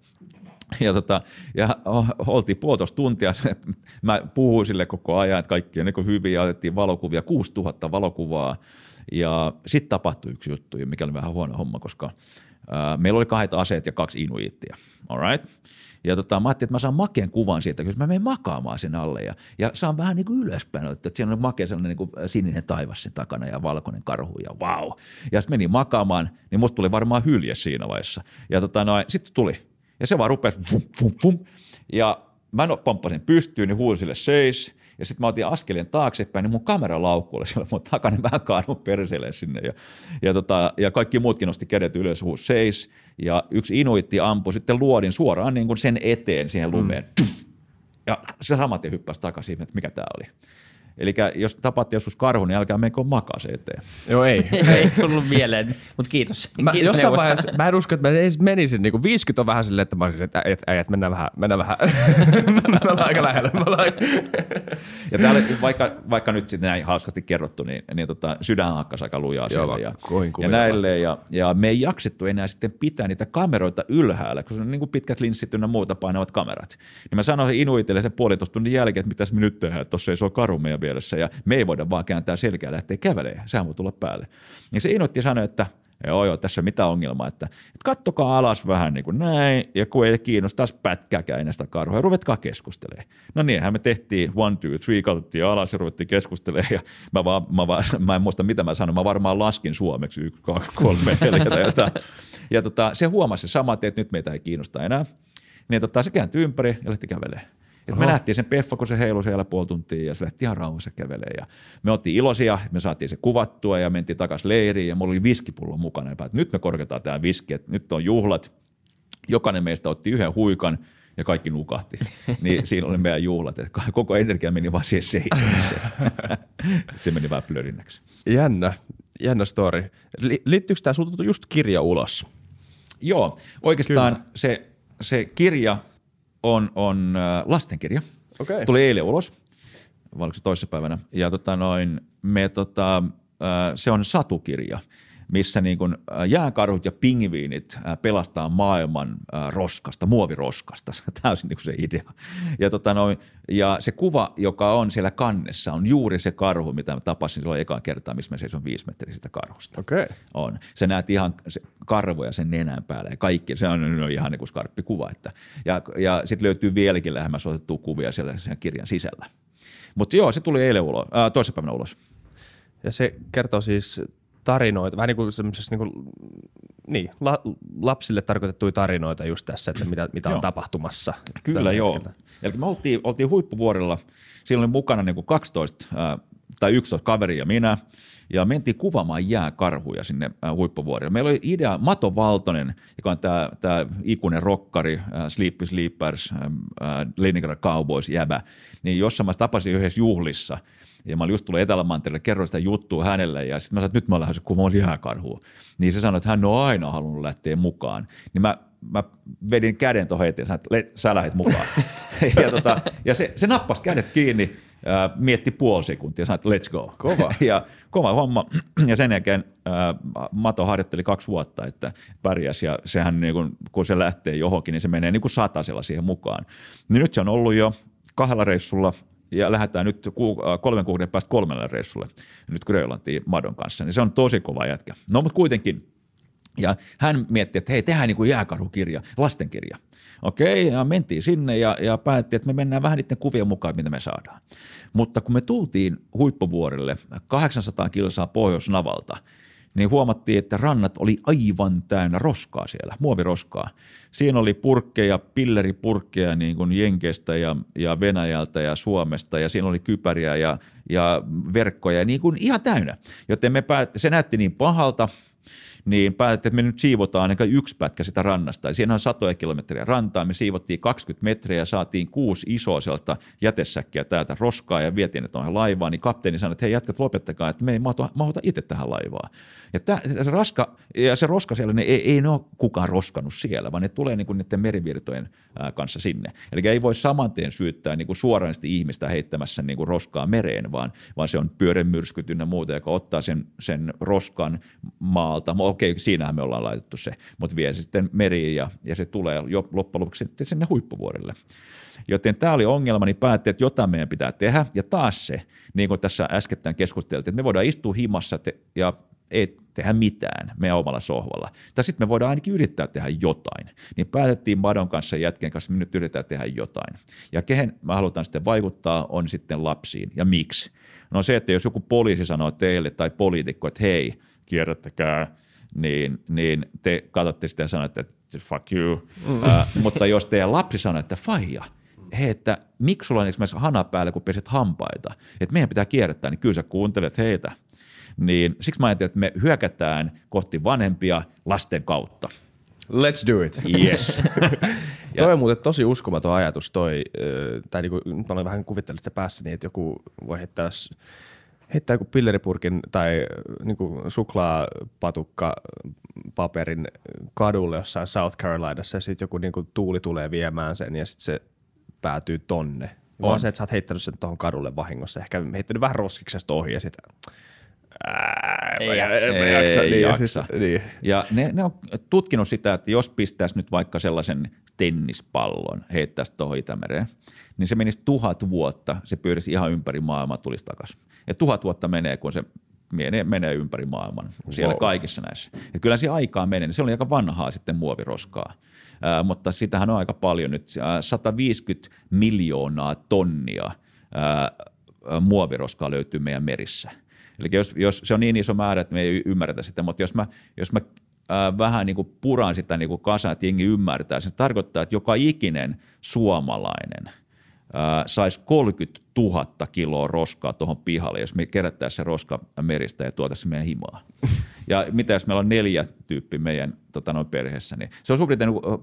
oltiin 1,5 tuntia. Mä puhuin sille koko ajan, että kaikki on niin hyviä, otettiin valokuvia, 6000 valokuvaa ja sitten tapahtui yksi juttu, mikä oli vähän huono homma, koska meillä oli 2 aseet ja 2 inuittia, all right? Ja mä ajattelin, että mä saan makeen kuvan siitä, koska mä menen makaamaan sen alle ja saan vähän niin kuin ylöspäin, että siinä on makea sellainen niin kuin sininen taivas sen takana ja valkoinen karhu ja wow. Ja sitten menin makaamaan, niin musta tuli varmaan hylje siinä vaiheessa. Ja sitten tuli. Ja se vaan rupesi vum, vum, vum. Ja mä pomppasin pystyyn, niin huusin sille seis. Ja sitten mä otin askeleen taaksepäin, niin mun kameralaukku oli siellä mun takana, niin vähän kaadun perseelle sinne. Ja kaikki muutkin nosti kädet ylös, huusi seis. Ja yksi inuitti ampui sitten luodin suoraan niin kuin sen eteen siihen lumeen. Ja se samaten hyppäsi takaisin, että mikä tää oli. Eli jos tapatte joskus karhun, niin älkää menkö makaa se eteen. Joo, ei. Ei tullut mieleen, mutta kiitos. Jossain vaiheessa mä en usko, että mä edes menisin. Niin 50 on vähän silleen, että mä olisin, että mennään vähän. Me ollaan aika lähellä. Ja täällä, vaikka nyt sitten näin hauskasti kerrottu, niin sydän hakkas aika lujaa siellä. Ja näille. Ja me ei jaksettu enää sitten pitää niitä kameroita ylhäällä, koska on niin kuin pitkät linssit ynnä muuta painavat kamerat. Niin mä sanoin inuitille sen 1,5 tunnin jälkeen, että mitäs me nyt tehdään, että tuossa ei se ole karhu meidän vieressä ja me ei voida vaan kääntää selkää ja lähteä kävelemään. Sehän voi tulla päälle. Niin se inuitti sanoi, että joo, tässä ei ole mitään ongelmaa, että kattokaa alas vähän niin kuin näin, ja kun ei kiinnostaisi pätkääkään enää sitä karhua, ja ruvetkaa keskustelemaan. No niinhän me tehtiin 1, 2, 3, katsottiin alas ja ruvettiin keskustelemaan, ja mä en muista mitä mä sanoin, mä varmaan laskin suomeksi 1, 2, 3, 4 tai jotain. Ja se huomasi se sama, että nyt meitä ei kiinnosta enää, niin se kääntyi ympäri ja lähti kävelemään. Me nähtiin sen peffa, kun se heilui siellä 0,5 tuntia ja se lähti ihan rauhassa kävelemään. Ja me oltiin iloisia, me saatiin se kuvattua ja mentiin takaisin leiriin ja mulla oli viskipullo mukana. Ja nyt me korketaan tämä viski, että nyt on juhlat. Jokainen meistä otti 1 huikan ja kaikki nukahti. Niin siinä oli meidän juhlat, että koko energia meni vaan siihen seisomiseen. Se meni vähän plörinnäksi. Jännä story. Liittyykö tämä sulta just kirja ulos? Joo, oikeastaan se kirja on lastenkirja. Okay. Tuli eilen ulos, oliko se toissapäivänä, ja se on satukirja, missä niin kuin jääkarhut ja pingviinit pelastaa maailman roskasta, muoviroskasta. Täysin niin kuin se idea. Ja se kuva, joka on siellä kannessa, on juuri se karhu, mitä mä tapasin silloin ekaan kertaa, missä mä seison 5 metriä sitä karhusta. Okay. On. Sä näet ihan karvoja sen nenän päällä ja kaikki. Se on ihan niin kuin skarppi kuva. Ja sitten löytyy vieläkin lähemmäs otettua kuvia siellä sen kirjan sisällä. Mutta joo, se tuli eilen toissapäivänä ulos. Ja se kertoo siis tarinoita, vähän niin kuin semmoisessa lapsille tarkoitettuja tarinoita just tässä, että mitä on tapahtumassa. Kyllä joo. Eli me oltiin huippuvuorella, siinä oli mukana niin kuin 12 tai 11 kaveria ja minä, ja mentiin kuvaamaan jääkarhuja sinne huippuvuorille. Meillä oli idea, Mato Valtonen, joka on tämä ikuinen rokkari, Sleepy Sleepers, Leningrad Cowboys, jäbä, niin jossain mä tapasin yhdessä juhlissa, ja mä olin just tullut Etelämantereelle, kerroin sitä juttua hänelle, ja sitten mä sanoin, että nyt mä lähdin kuvaamaan jääkarhua. Niin se sanoi, että hän on aina halunnut lähteä mukaan. Niin mä mä vedin käden tuohon eteen, että sä lähdet mukaan. ja se nappasi kädet kiinni, mietti puoli sekuntia ja sanoi, että let's go. Kova. Ja kova homma. Ja sen jälkeen Mato harjoitteli 2 vuotta, että pärjäsi. Ja sehän, niin kun se lähtee johonkin, niin se menee niin kuin satasella siihen mukaan. Niin nyt se on ollut jo 2 reissulla ja lähdetään nyt 3 kuukauden päästä 3 reissulle nyt Grönlantiin Madon kanssa. Niin se on tosi kova jätkä. No mutta kuitenkin. Ja hän mietti, että hei, tehdään niin kuin jääkarhukirja, lastenkirja. Okei, ja mentiin sinne ja päätettiin, että me mennään vähän niiden kuvien mukaan, mitä me saadaan. Mutta kun me tultiin huippuvuorelle 800 kilsaa Pohjoisnavalta, niin huomattiin, että rannat oli aivan täynnä roskaa siellä, muoviroskaa. Siinä oli purkkeja, pilleripurkkeja niin kuin Jenkeistä ja Venäjältä ja Suomesta, ja siinä oli kypäriä ja verkkoja niin kuin ihan täynnä. Joten se näytti niin pahalta, niin päätettiin, että me nyt siivotaan ainakaan 1 pätkä sitä rannasta. Ja siinä on 100 kilometriä rantaa, me siivottiin 20 metriä ja saatiin 6 isoa sellaista jätesäkkiä täältä roskaa ja vietiin ne tuohon laivaan. Niin kapteeni sanoi, että hei jätkät lopettakaa, että me ei mahuta itse tähän laivaan. Ja se roska siellä, ei ne ole kukaan roskannut siellä, vaan ne tulee niin kuin niiden merivirtojen kanssa sinne. Eli ei voi saman tien syyttää niin kuin suoranaisesti ihmistä heittämässä niin kuin roskaa mereen, vaan se on pyörämyrskyt ynnä muuta, joka ottaa sen roskan maalta. Okei, siinähän me ollaan laitettu se, mutta vie se sitten meriin ja se tulee jo loppujen lopuksi sitten sinne huippuvuorille. Joten tämä oli ongelma, niin päätettiin, että jotain meidän pitää tehdä. Ja taas se, niin kuin tässä äskettäin keskusteltiin, että me voidaan istua himassa ja ei tehdä mitään meidän omalla sohvalla. Tai sitten me voidaan ainakin yrittää tehdä jotain. Niin päätettiin Madon kanssa ja jätkien kanssa, että me nyt yritetään tehdä jotain. Ja kehen me halutaan sitten vaikuttaa on sitten lapsiin. Ja miksi? No se, että jos joku poliisi sanoo teille tai poliitikko, että hei, kierrättäkää, niin te katsotte sitä ja sanotte, että fuck you. Mutta jos teidän lapsi sanoo, että faija, hei, että miksi sulla on esimerkiksi hana päällä, kun peset hampaita, että meidän pitää kierrättää, niin kyllä sä kuuntelet heitä. Niin siksi mä ajattelin, että me hyökätään kohti vanhempia lasten kautta. Let's do it. Yes. Toi on muuten tosi uskomaton ajatus tai niinku, mä olen vähän kuvitellut sitä päässäni, että joku voi heittää joku pilleripurkin tai niinku suklaapatukka paperin kadulle jossain South Carolinassa ja sitten joku niinku tuuli tulee viemään sen ja sitten se päätyy tonne. Vaan se, että sä oot heittänyt sen tuohon kadulle vahingossa, ehkä heittänyt vähän roskiksesta ohi ja sitten ei jaksa. Ja ne on tutkinut sitä, että jos pistäisi nyt vaikka sellaisen tennispallon, heittäisi tuohon Itämereen, niin se menisi 1000 vuotta, se pyörisi ihan ympäri maailmaa, tulisi takaisin. Ja 1000 vuotta menee, kun se menee ympäri maailman siellä kaikissa näissä. Et kyllä se aikaa menee, niin se oli aika vanhaa sitten muoviroskaa. Mutta sitähän on aika paljon nyt, 150 miljoonaa tonnia muoviroskaa löytyy meidän merissä. Eli jos se on niin iso määrä, että me ei ymmärretä sitä, mutta jos mä vähän niin kuin puran sitä niin kuin kasaan, että jengi ymmärtää, se tarkoittaa, että joka ikinen suomalainen saisi 30 000 kiloa roskaa tuohon pihalle, jos me kerättäisiin se roska meristä ja tuotaisiin meidän himaa. Ja mitä jos meillä on 4 tyyppiä meidän perheessä, niin se on suurin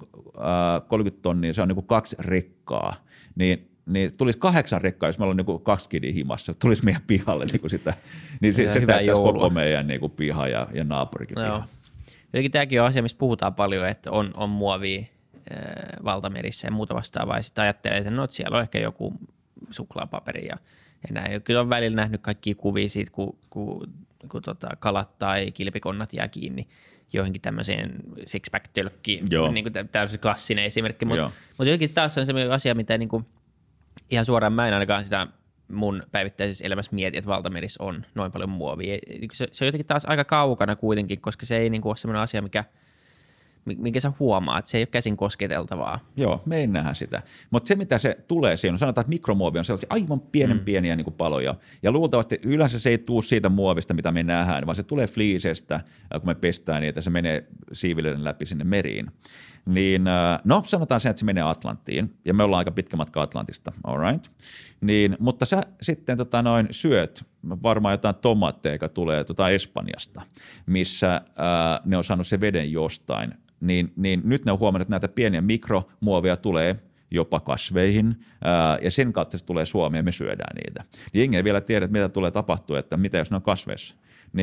30 tonnia, se on niin kuin 2 rekkaa, niin tulisi 8 rekkaa, jos meillä on niin 2 kidia himassa, tulisi meidän pihalle niin sitä, niin se täyttäisi koko meidän niin piha ja naapurikin piha. Jotenkin tämäkin on asia, mistä puhutaan paljon, että on muovia valtamerissä ja muuta vastaavaa, ja sitten ajattelee sen, että siellä on ehkä joku suklaapaperi ja näin. Kyllä on välillä nähnyt kaikkia kuvia siitä, kun kalat tai kilpikonnat jää kiinni johonkin tämmöiseen six-pack-tölkkiin. Niin tämä on se klassinen esimerkki, mutta jotenkin taas on sellainen asia, mitä niin kuin ihan suoraan mä en ainakaan sitä mun päivittäisessä elämässä mieti, että valtamerissä on noin paljon muovia. Se on jotenkin taas aika kaukana kuitenkin, koska se ei niin kuin ole sellainen asia, minkä sä huomaat, se ei ole käsin kosketeltavaa. Joo, me ei nähdä sitä. Mutta se, mitä se tulee siinä, sanotaan, että mikromuovi on sellaisia aivan pieniä niin kuin paloja. Ja luultavasti yleensä se ei tule siitä muovista, mitä me nähdään, vaan se tulee fliisestä, kun me pestään niin, että se menee siivilöiden läpi sinne meriin. Niin, no sanotaan sen, että se menee Atlanttiin, ja me ollaan aika pitkä matka Atlantista, all right? Niin, mutta sä sitten syöt varmaan jotain tomaatteja, joka tulee Espanjasta, missä ne on saanut se veden jostain, niin nyt ne on huomannut, että näitä pieniä mikromuovia tulee jopa kasveihin, ja sen kautta se tulee Suomeen ja me syödään niitä. Niin jengi ei vielä tiedä, että mitä tulee tapahtua, että mitä jos ne on kasveissa. Niin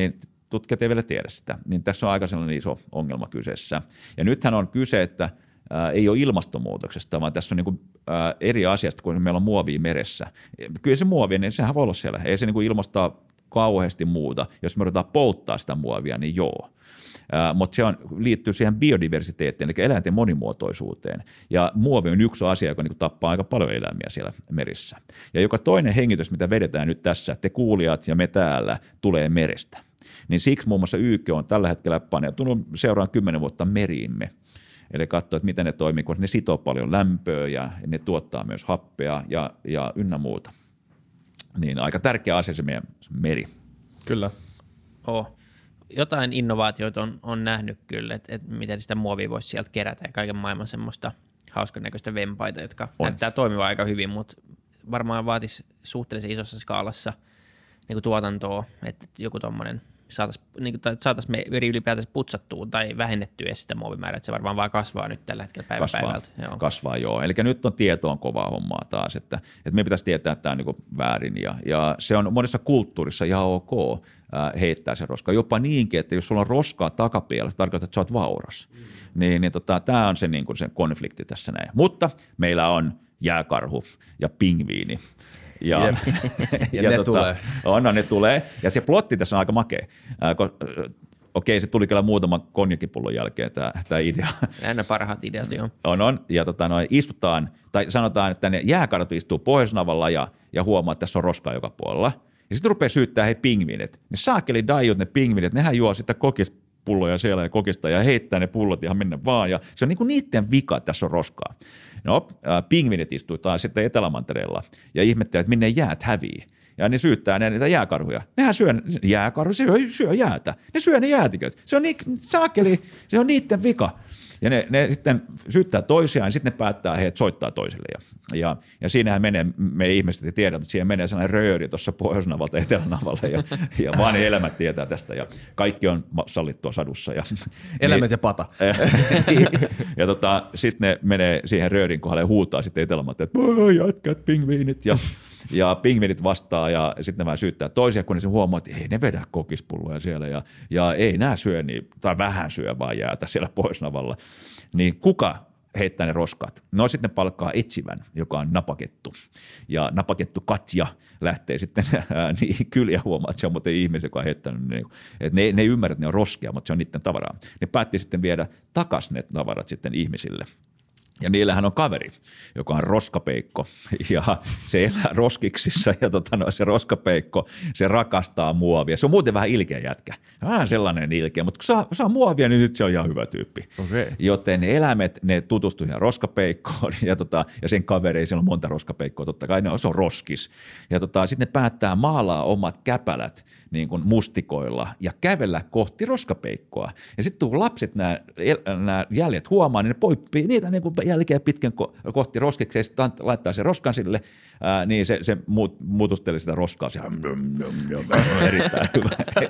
tutkijat ei vielä tiedä sitä, niin tässä on aika sellainen iso ongelma kyseessä. Ja nythän on kyse, että ei ole ilmastonmuutoksesta, vaan tässä on niin kuin, eri asiasta, kun meillä on muovia meressä. Kyllä se muovi, niin sehän voi olla siellä. Ei se niin kuin ilmastaa kauheasti muuta. Jos me yritetään polttaa sitä muovia, niin joo. Mutta se liittyy siihen biodiversiteettiin, eli eläinten monimuotoisuuteen. Ja muovi on yksi asia, joka niin tappaa aika paljon eläimiä siellä merissä. Ja joka toinen hengitys, mitä vedetään nyt tässä, te kuulijat ja me täällä, tulee merestä. Niin siksi muun muassa YK on tällä hetkellä paneutunut seuraan 10 vuotta meriimme. Eli katsoo, että miten ne toimii, koska ne sitoo paljon lämpöä ja ne tuottaa myös happea ja ynnä muuta. Niin aika tärkeä asia se meidän meri. Kyllä. Jotain innovaatioita on nähnyt kyllä, että miten sitä muovia voisi sieltä kerätä ja kaiken maailman semmoista hauskan näköistä vempaita, jotka näyttää toimivan aika hyvin, mutta varmaan vaatisi suhteellisen isossa skaalassa niin kuin tuotantoa, että joku tommoinen saataisiin veri ylipäätänsä putsattua tai vähennettyä sitä muovimäärää, että se varmaan vaan kasvaa nyt tällä hetkellä päivältä. Kasvaa, joo. Eli nyt on tietoon kovaa hommaa taas, että me pitäisi tietää, että tämä on niin kuin väärin ja se on monessa kulttuurissa ihan ok heittää se roska. Jopa niinkin, että jos sulla on roskaa takapielessä, tarkoittaa, että sä oot vauras. Niin tämä on se, niin kuin se konflikti tässä näin. Mutta meillä on jääkarhu ja pingviini. Ja ne tulee. Ne tulee. Ja se plotti tässä on aika makea. Okei, se tuli kyllä muutaman konjakipullon jälkeen tämä idea. Nämä parhaat ideat, joo. On. Ja istutaan, tai sanotaan, että ne jääkarhut istuu Pohjoisnavalla ja huomaa, että tässä on roskaa joka puolella. Ja sitten rupeaa syyttää pingviinit. Ne saakeli daijut, ne pingviinit, nehän juo sitä kokispulloja siellä ja kokista ja heittää ne pullot ihan minne vaan. Ja se on niinku niiden vika, että tässä on roskaa. No, pingviinit istuu taas sitten Etelämantereella ja ihmettelee, että minne jäät hävii. Ja ne syyttää niitä jääkarhuja. Nehän syö jäätä. Ne syö ne jäätiköt. Se on se on niiden vika. Ja ne sitten syyttää toisiaan ja sitten ne päättää, että soittaa toisille. Ja siinähän menee, me ihmiset ei tiedä, mutta siihen menee sellainen rööri tuossa Pohjoisnavalta Etelänavalle ja vaan ne elämät tietää tästä ja kaikki on sallittua sadussa. Eläimet ja pata. Ja sitten ne menee siihen röörin kohdalle ja huutaa sitten Etelämaalta, että jätkät, pingviinit ja pingviinit vastaa ja sitten ne vähän syyttää toisia, kun ne huomaa, että ei ne vedä kokispulloja siellä ja ei nämä syö tai vähän syö vaan jäätä siellä Pohjoisnavalla. Niin kuka heittää ne roskat? No sitten ne palkkaa etsivän, joka on napakettu. Ja napakettu Katja lähtee sitten niihin kyliä huomaa, että se on muuten ihmisiä, joka on heittänyt ne. Että ne ymmärrät, että ne on roskia, mutta se on niiden tavaraa. Ne päätti sitten viedä takaisin ne tavarat sitten ihmisille. Ja niillähän on kaveri, joka on roskapeikko ja se elää roskiksissa ja se roskapeikko, se rakastaa muovia. Se on muuten vähän ilkeä jätkä, vähän sellainen ilkeä, mutta kun saa muovia, niin nyt se on ihan hyvä tyyppi. Okay. Joten ne eläimet, ne tutustuu ihan roskapeikkoon ja sen kavereihin, siellä on monta roskapeikkoa, totta kai se on roskis. Ja sitten ne päättää maalaa omat käpälät niin kuin mustikoilla ja kävellä kohti roskapeikkoa. Ja sitten kun lapset nämä jäljet huomaa, niin ne poippii niitä niin kuin jälkeen pitkän kohti roskiksi ja sitten laittaa sen roskan sille, niin se muutusteli sitä roskaa. Se erittäin hyvä.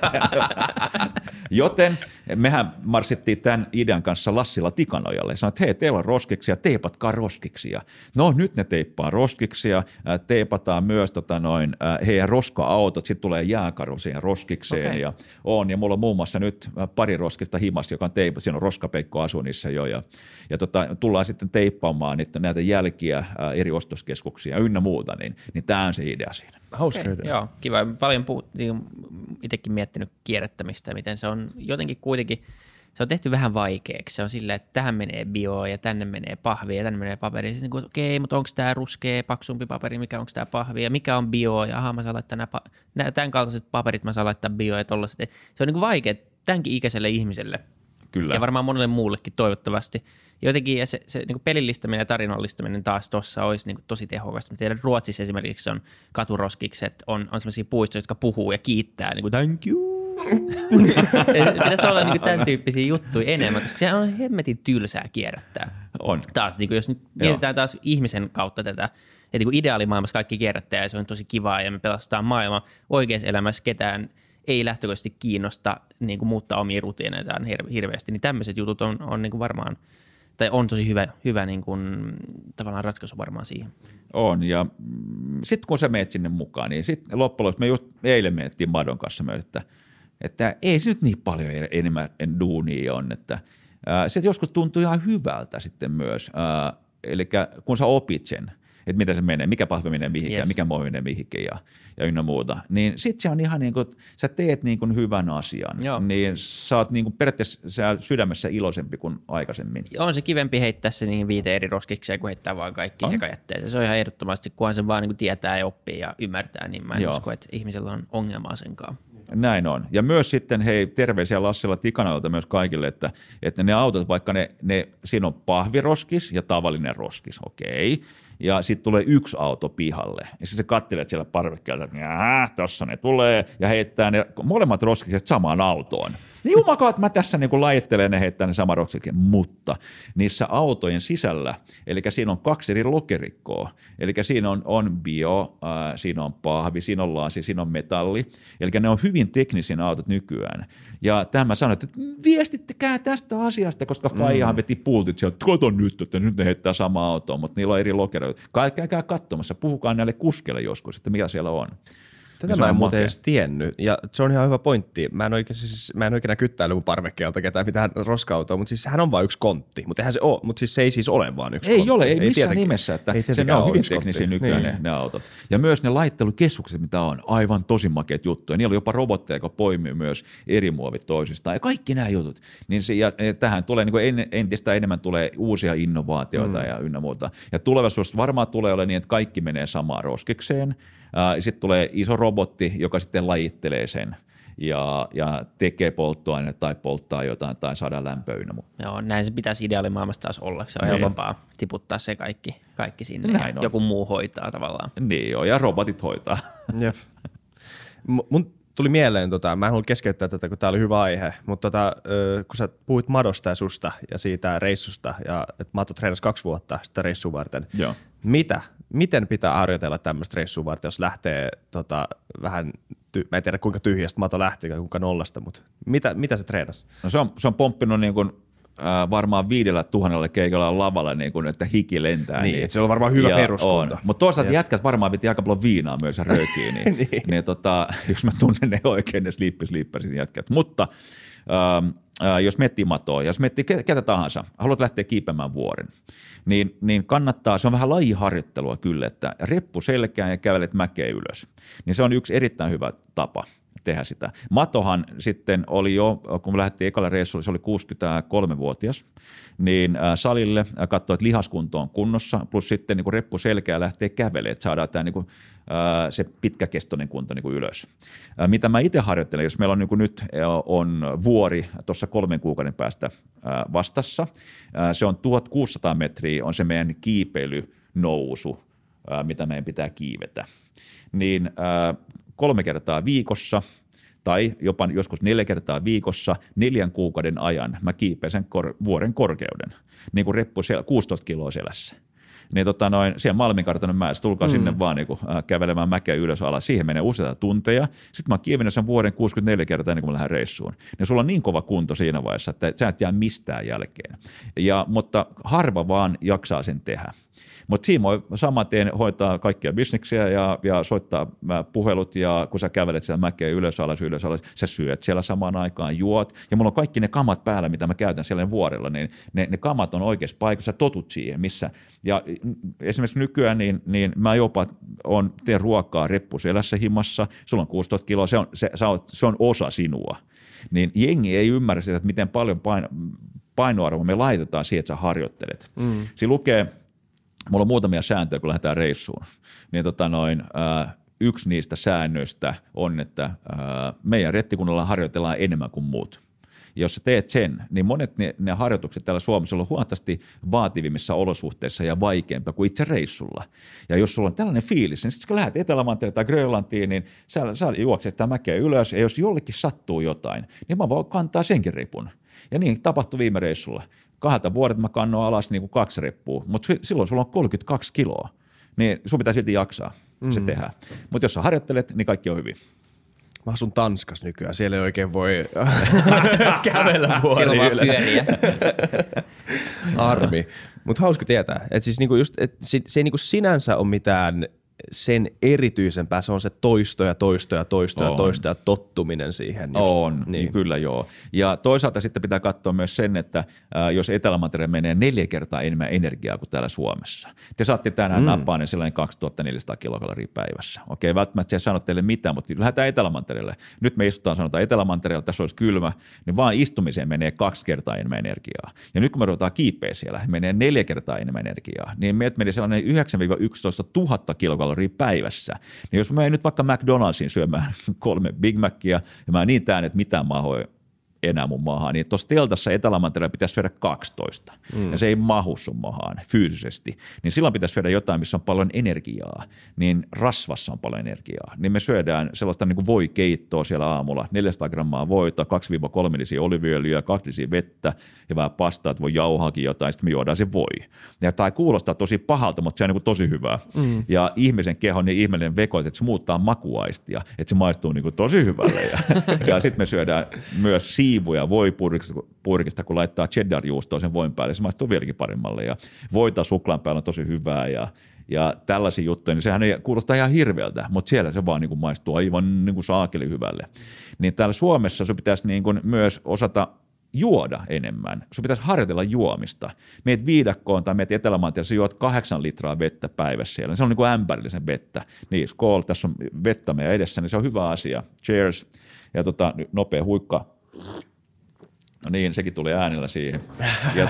Joten mehän marssittiin tämän idean kanssa Lassila Tikanojalle. Sanoin, että hei, teillä on roskiksia, teipatkaa roskiksia. No nyt ne teippaa roskiksia, teipataan myös heidän roska-autot, sitten tulee jääkarhu siihen roskikseen. Okay. Ja mulla on muun muassa nyt pari roskista himassa, joka on teipattu, siinä on roskapeikko asu niissä jo. Ja tullaan sitten teippaamaan näitä jälkiä eri ostoskeskuksia ynnä muuta, niin tämä on se idea siinä. Hauska idea. Joo, kiva. Paljon itsekin miettinyt kierrättämistä ja miten se on jotenkin kuitenkin, se on tehty vähän vaikeaksi. Se on silleen, että tähän menee bio ja tänne menee pahvi ja tänne menee paperi. Sitten niin okei, mutta onko tämä ruskea, paksumpi paperi, mikä onko tämä pahvi ja mikä on bio ja mä saan laittaa tämän kaltaiset paperit, mä saan laittaa bio ja tollaiset. Se on niin kuin vaikea tämänkin ikäiselle ihmiselle. Kyllä. Ja varmaan monelle muullekin toivottavasti. Jotenkin ja se niin kuin pelillistäminen ja tarinallistaminen taas tuossa olisi niin kuin tosi tehokasta. Mä tiedän, Ruotsissa esimerkiksi on katuroskikset, on sellaisia puistoja, jotka puhuu ja kiittää, niin kuin thank you. Pitäisi olla niin kuin tämän tyyppisiä juttuja enemmän, koska se on hemmetin tylsää kierrättää. On. Taas, niin kuin jos nyt mietitään taas ihmisen kautta tätä, että niin kuin ideaalimaailmassa kaikki kierrättää ja se on tosi kivaa ja me pelastetaan maailma. Oikeassa elämässä ketään ei lähtökohtaisesti kiinnosta niin kuin muuttaa omia rutiineitaan hirveästi, niin tämmöiset jutut on niin kuin varmaan, tai on tosi hyvä niin kuin, tavallaan ratkaisu varmaan siihen. On, ja sitten kun sä meet sinne mukaan, niin sitten loppujen lopuksi me just eilen mietittiin Madon kanssa myös, että että ei se nyt niin paljon enemmän duunia on, että se joskus tuntuu ihan hyvältä sitten myös, eli kun sä opit sen, että mitä se menee, mikä pahvi menee mihinkään, mikä moi menee mihinkään ja ynnä muuta, niin sit se on ihan niin kuin, sä teet niin kuin hyvän asian, niin sä oot niin kuin periaatteessa sydämessä iloisempi kuin aikaisemmin. On se kivempi heittää se niihin 5 eri roskikseen, kuin heittää vaan kaikki sekajätteeseen. Se on ihan ehdottomasti, kunhan sen vaan niin kuin tietää ja oppii ja ymmärtää, niin mä en usko, että ihmisellä on ongelmaa senkaan. Näin on. Ja myös sitten, hei, terveisiä Lassila Tikanoilta myös kaikille, että ne autot, vaikka siinä on pahviroskis ja tavallinen roskis, okei. Ja sitten tulee yksi auto pihalle. Ja sitten sä katselet siellä parvekkeelta, että tossa ne tulee, ja heittää ne molemmat roskikset samaan autoon. Niin jumakaat, mä tässä niin lajittelen ne heittää ne saman roskikset, mutta niissä autojen sisällä, eli siinä on 2 eri lokerikkoa, eli siinä on bio, siinä on pahvi, siinä on laasi, siinä on metalli, eli ne on hyvin teknisin autot nykyään. Ja tämä mä sanoin, että viestittekää tästä asiasta, koska Faijahan veti pultit sieltä, että kato nyt, että nyt ne heittää samaa autoa, mutta niillä on eri lokeroita. Käykää katsomassa, puhukaa näille kuskeille joskus, että mitä siellä on. Tätä mä en muuten edes tiennyt, ja se on ihan hyvä pointti. Mä en oikein kyttäile mun parvekkeelta ketään mitään roska-autoa, mutta siis sehän on vain yksi kontti, mutta eihän se ole, mutta siis se ei siis ole vaan yksi kontti. Ei missään nimessä, että ne on hyvin teknisiä nykyään ne autot. Ja myös ne laittelukeskukset, mitä on, aivan tosi makeat juttuja. Niillä on jopa robotteja, jotka poimii myös eri muovit toisistaan, ja kaikki nämä jutut. Niin ja tähän tulee niin kuin entistä enemmän tulee uusia innovaatioita ja ynnä muuta. Ja tulevaisuudessa varmaan tulee olemaan niin, että kaikki menee samaan roskikseen. Sitten tulee iso robotti, joka sitten lajittelee sen ja tekee polttoainetta tai polttaa jotain tai saadaan lämpöinä. Joo, näin se pitäisi ideaalimaailmassa taas olla. Se on helpompaa tiputtaa se kaikki sinne näin ja joku muu hoitaa tavallaan. Niin joo, ja robotit hoitaa. Jep. Mun tuli mieleen, mä en halua keskeyttää tätä, kun tää oli hyvä aihe, mutta kun sä puhuit Madosta ja susta ja siitä reissusta, ja että Mato treenasi 2 vuotta sitä reissua varten. Joo. Miten pitää harjoitella tämmöistä reissua varten, jos lähtee vähän, mä en tiedä kuinka tyhjästä Mato lähti, kuinka nollasta, mutta mitä se treenasi? No se on pomppinut niin kuin varmaan 5,000 keikalla lavalla, niin kuin, että hiki lentää. Niin, että se on varmaan hyvä peruskunto. Mutta toisaalta jätkät varmaan piti aika paljon viinaa myös ja röökiä, niin, jos mä tunnen ne oikein, ne sliippasit jätkät. Mutta jos miettii Matoa, jos miettii ketä tahansa, haluat lähteä kiipeämään vuoren, niin kannattaa, se on vähän lajiharjoittelua kyllä, että reppu selkään ja kävelet mäkeä ylös. Niin se on yksi erittäin hyvä tapa tehdä sitä. Matohan sitten oli jo, kun me lähdettiin ekalla reissulla, se oli 63-vuotias, niin salille katsoi, että lihaskunto on kunnossa, plus sitten niin kuin reppu selkeä lähtee kävelemään, että saadaan tämä niin kuin, se pitkäkestoinen kunto niin kuin ylös. Mitä mä itse harjoittelen, jos meillä on niin kuin nyt on vuori tuossa 3 kuukauden päästä vastassa, se on 1600 metriä, on se meidän kiipeilynousu, mitä meidän pitää kiivetä. Niin 3 kertaa viikossa tai jopa joskus 4 kertaa viikossa 4 kuukauden ajan mä kiipeen sen vuoren korkeuden, niin kuin reppu 16 kiloa selässä. Niin siellä Malminkartanon mäessä, tulkaa sinne vaan niin kuin, kävelemään mäkeä ylös alas. Siihen menee useita tunteja. Sitten mä oon kiivennyt sen vuoden 64 kertaa ennen kuin mä lähden reissuun. Ja sulla on niin kova kunto siinä vaiheessa, että sä et jää mistään jälkeen. Mutta harva vaan jaksaa sen tehdä. Mutta siinä voi saman tien hoitaa kaikkia bisneksiä ja soittaa puhelut, ja kun sä kävelet siellä mäkeä ylös alas, sä syöt siellä samaan aikaan, juot, ja mulla on kaikki ne kamat päällä, mitä mä käytän siellä vuorella, niin ne kamat on oikeassa paikassa, sä totut siihen, missä, ja esimerkiksi nykyään, niin mä jopa teen ruokaa reppuselässä himmassa, sulla on 16 kiloa, se on osa sinua, niin jengi ei ymmärrä sitä, että miten paljon painoarvoa me laitetaan siihen, että sä harjoittelet. Siinä lukee, mulla on muutamia sääntöjä, kun lähdetään reissuun, niin yksi niistä säännöistä on, että meidän rettikunnalla harjoitellaan enemmän kuin muut. Ja jos sä teet sen, niin monet ne harjoitukset täällä Suomessa on huomattavasti vaativimmissa olosuhteissa ja vaikeampia kuin itse reissulla. Ja jos sulla on tällainen fiilis, niin sitten kun lähdet Etelä-Mantereelle tai Grönlantiin, niin sä juokset tämän mäkeä ylös, ja jos jollekin sattuu jotain, niin mä voin kantaa senkin ripun. Ja niin tapahtui viime reissulla. 2 vuodet mä kannoin alas niin kuin 2 reppua, mutta silloin sulla on 32 kiloa, niin sun pitää silti jaksaa se tehdä. Mutta jos sä harjoittelet, niin kaikki on hyvin. Mä asun Tanskassa nykyään, siellä ei oikein voi kävellä vuori ylös. Siellä on vaan pyöriä. Harmi. Mutta hauska tietää, että siis niinku just, et se ei niinku sinänsä ole mitään sen erityisempää, se on se toisto ja tottuminen siihen. Just. On, niin. Kyllä joo. Ja toisaalta sitten pitää katsoa myös sen, että jos Etelämantereella menee 4 kertaa enemmän energiaa kuin täällä Suomessa. Te saatte tänään napaan sellainen 2400 kilokaloria päivässä. Okei, välttämättä se ei sano teille mitään, mutta lähdetään Etelämantereelle. Nyt me istutaan, sanotaan Etelämantereella, tässä olisi kylmä, niin vaan istumiseen menee 2 kertaa enemmän energiaa. Ja nyt kun me ruvetaan kiipeä siellä, menee 4 kertaa enemmän energiaa, niin meiltä menee sellainen 9-11 000 kilokaloria päivässä. Niin jos mä menen nyt vaikka McDonald'siin syömään 3 Big Macia, ja mä niin tään, että mitään mahoja enää mun maahan, niin tuossa teltassa Etelämantereella pitäisi syödä 12, ja se ei mahu sun maahan fyysisesti, niin silloin pitäisi syödä jotain, missä on paljon energiaa, niin rasvassa on paljon energiaa, niin me syödään sellaista niin kuin voikeittoa siellä aamulla, 400 grammaa voita, 2-3 lisiä oliviöljyä, 2 lisiä vettä ja vähän pastaa, että voi jauhaakin jotain, sitten me juodaan se voi. Ja tämä kuulostaa tosi pahalta, mutta se on niin kuin tosi hyvää. Ja ihmisen keho on niin ihmeellinen veko, että se muuttaa makuaistia, että se maistuu niin kuin tosi hyvälle. Ja sitten me syödään myös siivuja voipurkista, kun laittaa cheddar-juustoa sen voin päälle, se maistuu vieläkin paremmalle. Ja voita suklaan päällä on tosi hyvää ja tällaisia juttuja, niin sehän ei kuulostaa ihan hirveältä, mutta siellä se vaan niin kuin maistuu aivan niin kuin saakeli hyvälle. Niin täällä Suomessa sun pitäisi niin kuin myös osata juoda enemmän. Sun pitäisi harjoitella juomista. Meet viidakkoon tai meet Etelämantereella, sä juot 8 litraa vettä päivässä siellä. Se on niin kuin ämpärillisen vettä. Niin, skål, tässä on vettä meidän edessä, niin se on hyvä asia. Cheers. Ja nopea huikka. No niin, sekin tuli äänellä siihen. Ja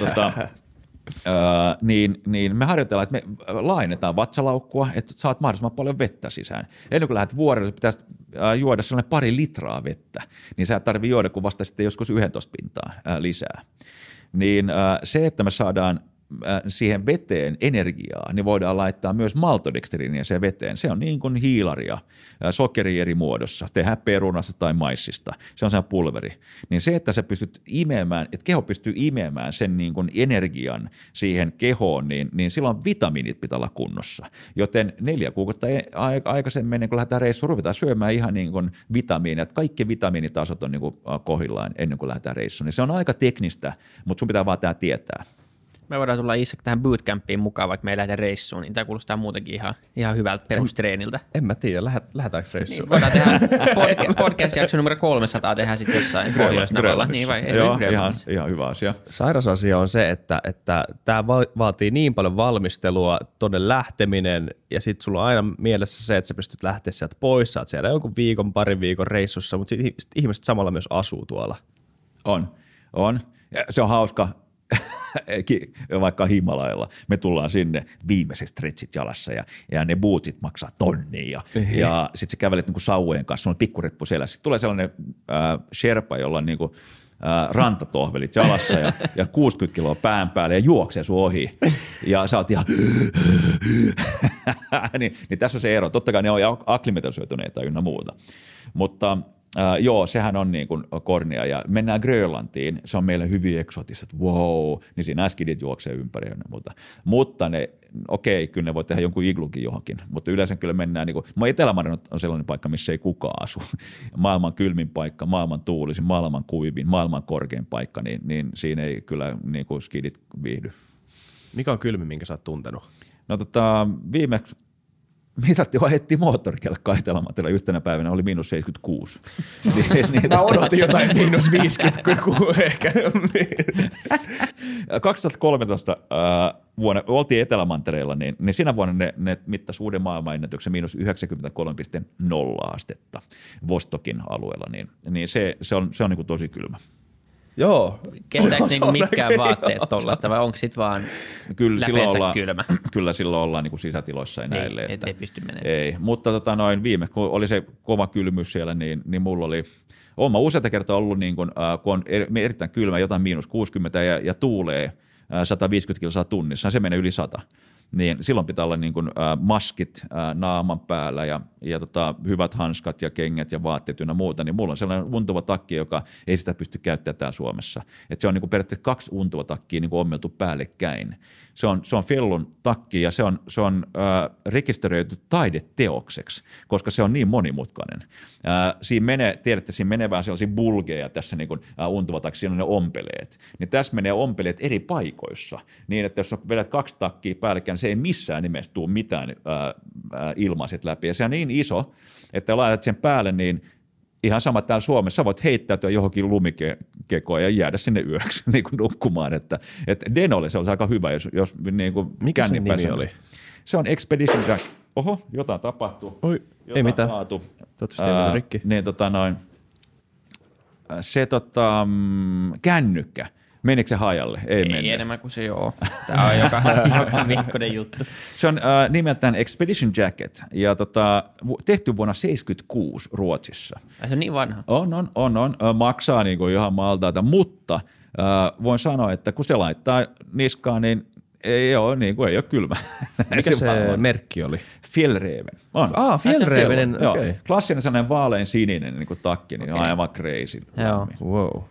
niin me harjoitellaan, että me laajennetaan vatsalaukkua, että saat mahdollisimman paljon vettä sisään. Ennen kuin lähdet vuorelle, sä pitäisi juoda sellainen 2 litraa vettä, niin sä et tarvitse juoda kuin vasta sitten joskus 11 pintaa lisää. Niin se, että me saadaan siihen veteen energiaa, niin voidaan laittaa myös maltodextriiniä siihen veteen. Se on niin kuin hiilaria, sokeri eri muodossa, tehdään perunasta tai maissista. Se on se pulveri. Niin se, että sä pystyt imemään, että keho pystyy imemään sen niin kuin energian siihen kehoon, niin silloin vitamiinit pitää olla kunnossa. Joten 4 kuukautta aikaisemmin, ennen kuin lähdetään reissuun, ruvetaan syömään ihan niin kuin vitamiineja. Kaikki vitamiinitasot on niin kuin kohillaan ennen kuin lähdetään reissuun. Niin se on aika teknistä, mutta sun pitää vaan tämä tietää. Me voidaan tulla Isak tähän bootcampiin mukaan, vaikka me ei lähde reissuun, niin tämä kuulostaa muutenkin ihan hyvältä perustreeniltä. En mä tiedä, lähdetäänkö reissuun? Niin, voidaan tehdä podcast-jakso numero 300 tehdään sitten jossain Pohjoisnavalla. Niin joo, ihan hyvä asia. Sairas asia on se, että tämä vaatii niin paljon valmistelua, tonne lähteminen, ja sitten sulla on aina mielessä se, että sä pystyt lähteä sieltä pois, sä oot siellä jonkun parin viikon reissussa, mutta ihmiset samalla myös asuu tuolla. On. Ja se on hauska. Vaikka Himalajalla. Me tullaan sinne viimeiset stretchit jalassa ja ne bootsit maksaa tonnia ja sitten sä kävelet niinku sauvojen kanssa, sulla on pikkureppu selässä. Sitten tulee sellainen sherpa, jolla on niinku, rantatohvelit jalassa ja 60 kiloa pään päälle ja juoksee sun ohi. Ja sä oot ihan niin tässä on se ero. Totta kai ne on akklimatisoituneita ynnä muuta. Mutta joo, sehän on niin kuin kornia ja mennään Grönlantiin, se on meille hyvin eksotista, että wow, niin siinä äskidit juoksee ympäri ja muuta. Mutta kyllä ne voi tehdä jonkun iglunkin johonkin, mutta yleensä kyllä mennään, niin kuin, Etelä-Marin on sellainen paikka, missä ei kukaan asu. Maailman kylmin paikka, maailman tuulisin, maailman kuivin, maailman korkein paikka, niin siinä ei kyllä niin kuin skidit viihdy. Mikä on kylmin, minkä sä oot tuntenut? No viimeksi mitattiin vaan hettiin moottorikelkkaa Etelä-Mantereella yhtenä päivänä, oli -76. Mä odotin jotain -50 ehkä. 2013 vuonna, oltiin Etelä-Mantereella, niin siinä vuonna ne mittasi uuden maailmanennätyksen -93,0 astetta Vostokin alueella, niin se on niin kuin tosi kylmä. Joo. Kestääkö niinku mitkään vaatteet tollaista vai onko sit vaan läpeensä kylmä? Kyllä silloin ollaan niinku sisätiloissa ja näille. Ei pysty menemään. Ei, mutta viime kun oli se kova kylmyys siellä, niin mulla oli, olen useita kertaa ollut, niin kun on erittäin kylmä, jotain -60 ja tuulee 150 kilsaa tunnissa, se menee yli 100. Niin silloin pitää olla niin kuin, maskit naaman päällä ja hyvät hanskat ja kengät ja vaatteet ynnä muuta, niin mulla on sellainen untuva takki, joka ei sitä pysty käyttämään täällä Suomessa. Et se on niin kuin periaatteessa 2 untuva takkia niin kuin ommeltu päällekkäin. Se on Fellun takki ja se on rekisteröity taideteokseksi, koska se on niin monimutkainen. Siinä menee vähän sellaisia bulgeja tässä niin kuin untuva takki, siinä on ne ompeleet. Niin tässä menee ompeleet eri paikoissa, niin että jos vedät 2 takkia päällekkäin, niin se ei missään nimessä tule mitään ilmaa sit läpi. Ja se on niin iso, että laitat sen päälle, niin ihan sama täällä Suomessa, voit heittäytyä johonkin lumikekoon ja jäädä sinne yöksi niin kuin nukkumaan. Että Denolle se olisi aika hyvä, jos niin kuin mikä sen nimi oli? Se on Expedition Jack. Oho, jotain tapahtuu. Oi, jotain ei mitään. Toivottavasti ei ole rikki. Niin, se kännykkä. Menikö se hajalle? Ei mennyt. Enemmän kuin se joo. Tämä on joka viikkoinen juttu. Se on nimeltään Expedition Jacket ja tehty vuonna 1976 Ruotsissa. Se on niin vanha. On. Maksaa niin kuin ihan maltaita, mutta voin sanoa, että kun se laittaa niskaan, niin ei ole kylmä. Mikä se merkki oli? Fjällräven. Fjällräven, okei. Klassinen sellainen vaalean sininen niin kuin takki, niin okay. Aivan crazy. Joo. Wow.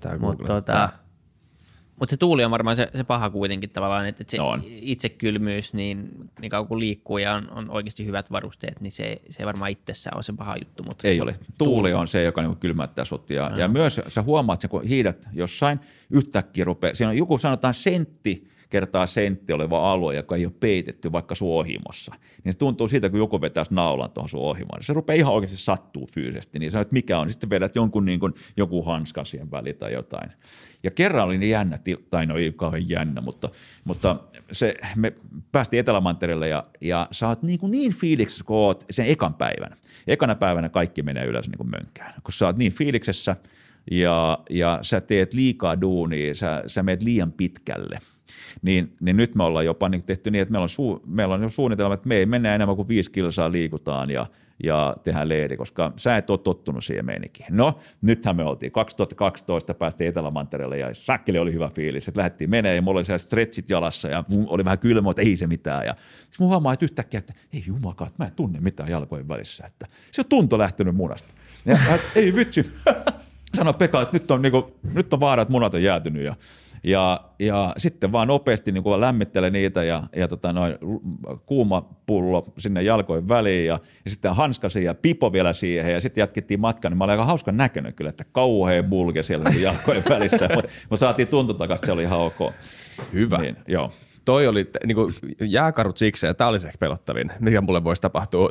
Mutta se tuuli on varmaan se paha kuitenkin tavallaan, että se itsekylmyys, niin kauan kun liikkuu ja on oikeasti hyvät varusteet, niin se ei varmaan itsessään ole se paha juttu. Mutta ei ole. Tuuli on se, joka niinku kylmättää sut. Ja myös sä huomaat, että kun hiidät jossain yhtäkkiä rupeaa, siinä on joku sanotaan sentti oleva alue, joka ei ole peitetty vaikka sun ohimossa. Niin se tuntuu siitä, kun joku vetää naulan tuohon sun ohimoon. Se rupeaa ihan oikeasti sattuu fyysisesti. Niin sä että mikä on, niin sitten vedät joku hanskan siihen väliin tai jotain. Ja kerran oli niin jännä, tai no ei kauhean jännä, mutta me päästiin Etelämantereelle ja sä oot niin fiiliksessä, kun oot sen ekan päivän. Ekana päivänä kaikki menee yleensä niin kuin mönkään. Kun sä oot niin fiiliksessä ja sä teet liikaa duunia, sä meet liian pitkälle. Niin nyt me ollaan jopa niin tehty niin, että meillä on suunnitelma, että me ei mennä enemmän kuin 5 kilsaa liikutaan ja tehdään leiri, koska sä et ole tottunut siihen meininkiin. No, nythän me oltiin 2012, päästiin Etelämantereelle ja säkkeli oli hyvä fiilis, että lähdettiin menee ja mulla oli siellä stretchit jalassa ja oli vähän kylmä, että ei se mitään. Ja sitten mun huomaa, että yhtäkkiä, että ei jumalakaan, että mä en tunne mitään jalkojen välissä, että se on tunto lähtenyt munasta. Ja ei vitsi, sano Pekka, että nyt on vaara, että munat on jäätynyt ja sitten vaan nopeasti niin kuin lämmittele niitä ja kuuma pullo sinne jalkojen väliin ja sitten hanskasi ja pipo vielä siihen ja sitten jatkettiin matkan. Niin mä olin aika hauskan näköinen kyllä, että kauhean bulke siellä jalkojen välissä, mutta saatiin tuntu takaisin, se oli ihan ok. Hyvä. Niin, joo. Toi oli niinku jääkarut siksi, ja tämä oli se ehkä pelottavin, mikä mulle voisi tapahtua.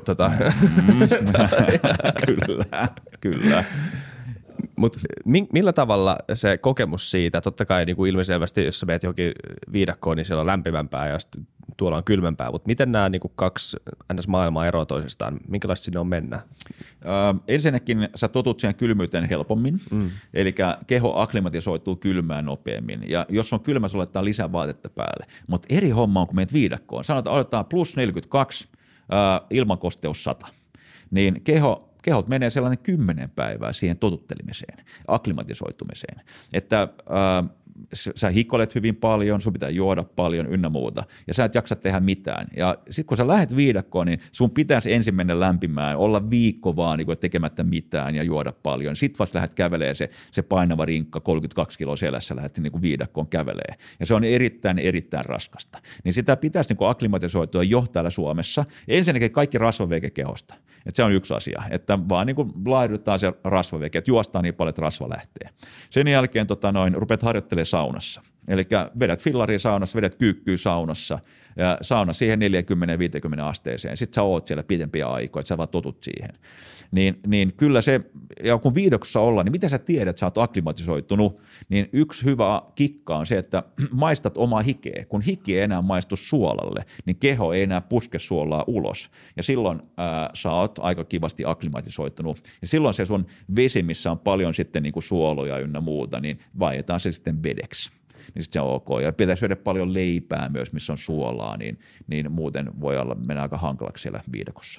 Kyllä. Mutta millä tavalla se kokemus siitä, totta kai niin kuin ilmiselvästi, jos sä meet johonkin viidakkoon, niin siellä on lämpimämpää ja tuolla on kylmempää, mutta miten nämä niin kuin kaksi maailmaa eroavat toisistaan? Minkälaista sinne on mennä? Ensinnäkin sä totut siihen kylmyyteen helpommin, eli keho akklimatisoituu kylmään nopeammin, ja jos on kylmä, sulle laittaa lisää vaatetta päälle. Mutta eri homma on, kun menet viidakkoon. Sanotaan, aloitetaan plus 42, ilmankosteus 100, niin kehot menee sellainen 10 päivää siihen totuttelemiseen, akklimatisoitumiseen, että sä hikoilet hyvin paljon, sun pitää juoda paljon ynnä muuta, ja sä et jaksa tehdä mitään. Ja sitten kun sä lähdet viidakkoon, niin sun pitäisi ensin mennä lämpimään, olla viikko vaan niin tekemättä mitään ja juoda paljon. Sitten vasta lähdet kävelee se painava rinkka, 32 kiloa selässä lähdet niin viidakkoon kävelee. Ja se on erittäin raskasta. Niin sitä pitäisi niin akklimatisoitua jo täällä Suomessa. Ensinnäkin kaikki rasvaveke kehosta. Et se on yksi asia, että vaan niin laihdutaan se rasvaveke, että juostaan niin paljon, että rasva lähtee. Sen jälkeen rupeat harjoittelemaan saunassa. Eli vedät fillaria saunassa, vedät kyykkyä saunassa ja sauna siihen 40-50 asteeseen. Sitten sä oot siellä pidempiä aikoja, että sä vaan totut siihen. Niin kyllä se, ja kun viidakossa ollaan, niin miten sä tiedät, että sä oot akklimatisoitunut, niin yksi hyvä kikka on se, että maistat omaa hikeä. Kun hiki ei enää maistu suolalle, niin keho ei enää puske suolaa ulos. Ja silloin sä oot aika kivasti akklimatisoitunut. Ja silloin se sun vesi, missä on paljon sitten niin kuin suoloja ynnä muuta, niin vaihdetaan se sitten vedeksi. Niin sitten se on ok. Ja pitää syödä paljon leipää myös, missä on suolaa, niin muuten voi mennä aika hankalaksi siellä viidakossa.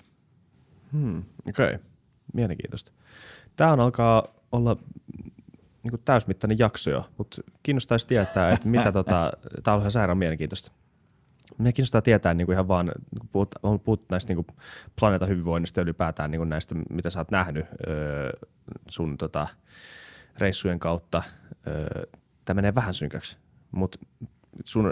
Okei. Mielenkiintoista. Tämä alkaa olla niin kuin täysmittainen jakso jo, mutta kiinnostaisi tietää, että mitä tämä on ihan sairaan mielenkiintoista. Meidän kiinnostaa tietää niin kuin ihan vaan, kun on puhuttu näistä niin kuin planeetan hyvinvoinnista ja ylipäätään niin kuin näistä, mitä sä oot nähnyt sun reissujen kautta. Tämä menee vähän synkäksi, mutta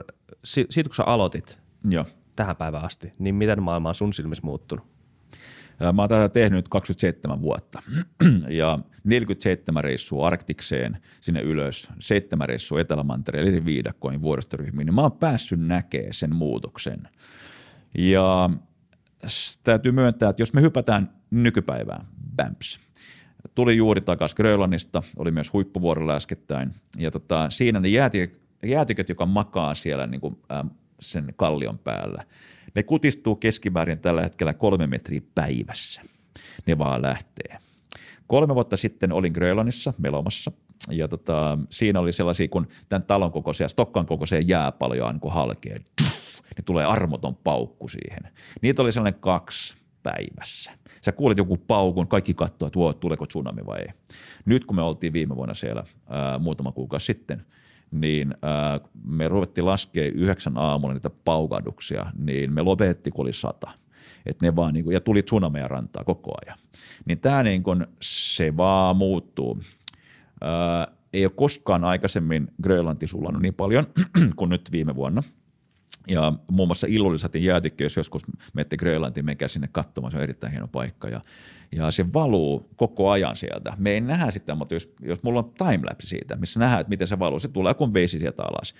siitä kun sä aloitit tähän päivään asti, niin miten maailma on sun silmissä muuttunut? Mä oon tätä tehnyt nyt 27 vuotta ja 47 reissua Arktikseen sinne ylös, 7 reissua Etelämantereelle eri viidakkoihin vuoristoryhmiin, niin mä oon päässyt näkemään sen muutoksen. Ja täytyy myöntää, että jos me hypätään nykypäivään, BAMPS, tuli juuri takaisin Grönlannista, oli myös huippuvuorella äskettäin, ja siinä ne jäätiköt, joka makaa siellä niin kuin, sen kallion päällä, ne kutistuu keskimäärin tällä hetkellä 3 metriä päivässä. Ne vaan lähtee. 3 vuotta sitten olin Grönlannissa melomassa, ja siinä oli sellaisia, kun tämän talon kokoisia, Stokkan kokoisia jääpaljoa niin halkee, niin tulee armoton paukku siihen. Niitä oli sellainen 2 päivässä. Sä kuulet joku paukun, kaikki katsoo, että tuleeko tsunami vai ei. Nyt kun me oltiin viime vuonna siellä muutama kuukausi sitten, niin me ruvettiin laskea 9 aamulla niitä paukahduksia, niin me lopetettiin, kun oli 100. Et ne vaan, niin kuin, ja tuli tsunameja rantaa koko ajan. Niin tämä niin kuin, se vaan muuttuu. Ei ole koskaan aikaisemmin Grönlanti sulannut niin paljon kuin nyt viime vuonna. Ja muun muassa Illulisatin jäätikkö, jos joskus menette Grönlantiin, menkää sinne katsomaan, se on erittäin hieno paikka. Ja se valuu koko ajan sieltä. Me ei nähdä sitä, mutta jos mulla on timelapse siitä, missä nähdään, että miten se valuu, se tulee kun veisi sieltä alas.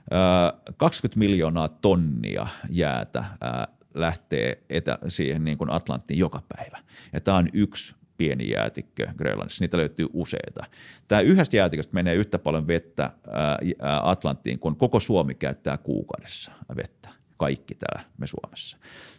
20 miljoonaa tonnia jäätä lähtee siihen niin kuin Atlanttiin joka päivä. Ja tämä on yksi pieni jäätikkö Grönlannissa, niitä löytyy useita. Tämä yhdestä jäätiköstä menee yhtä paljon vettä Atlanttiin, kun koko Suomi käyttää kuukaudessa vettä, kaikki täällä me Suomessa.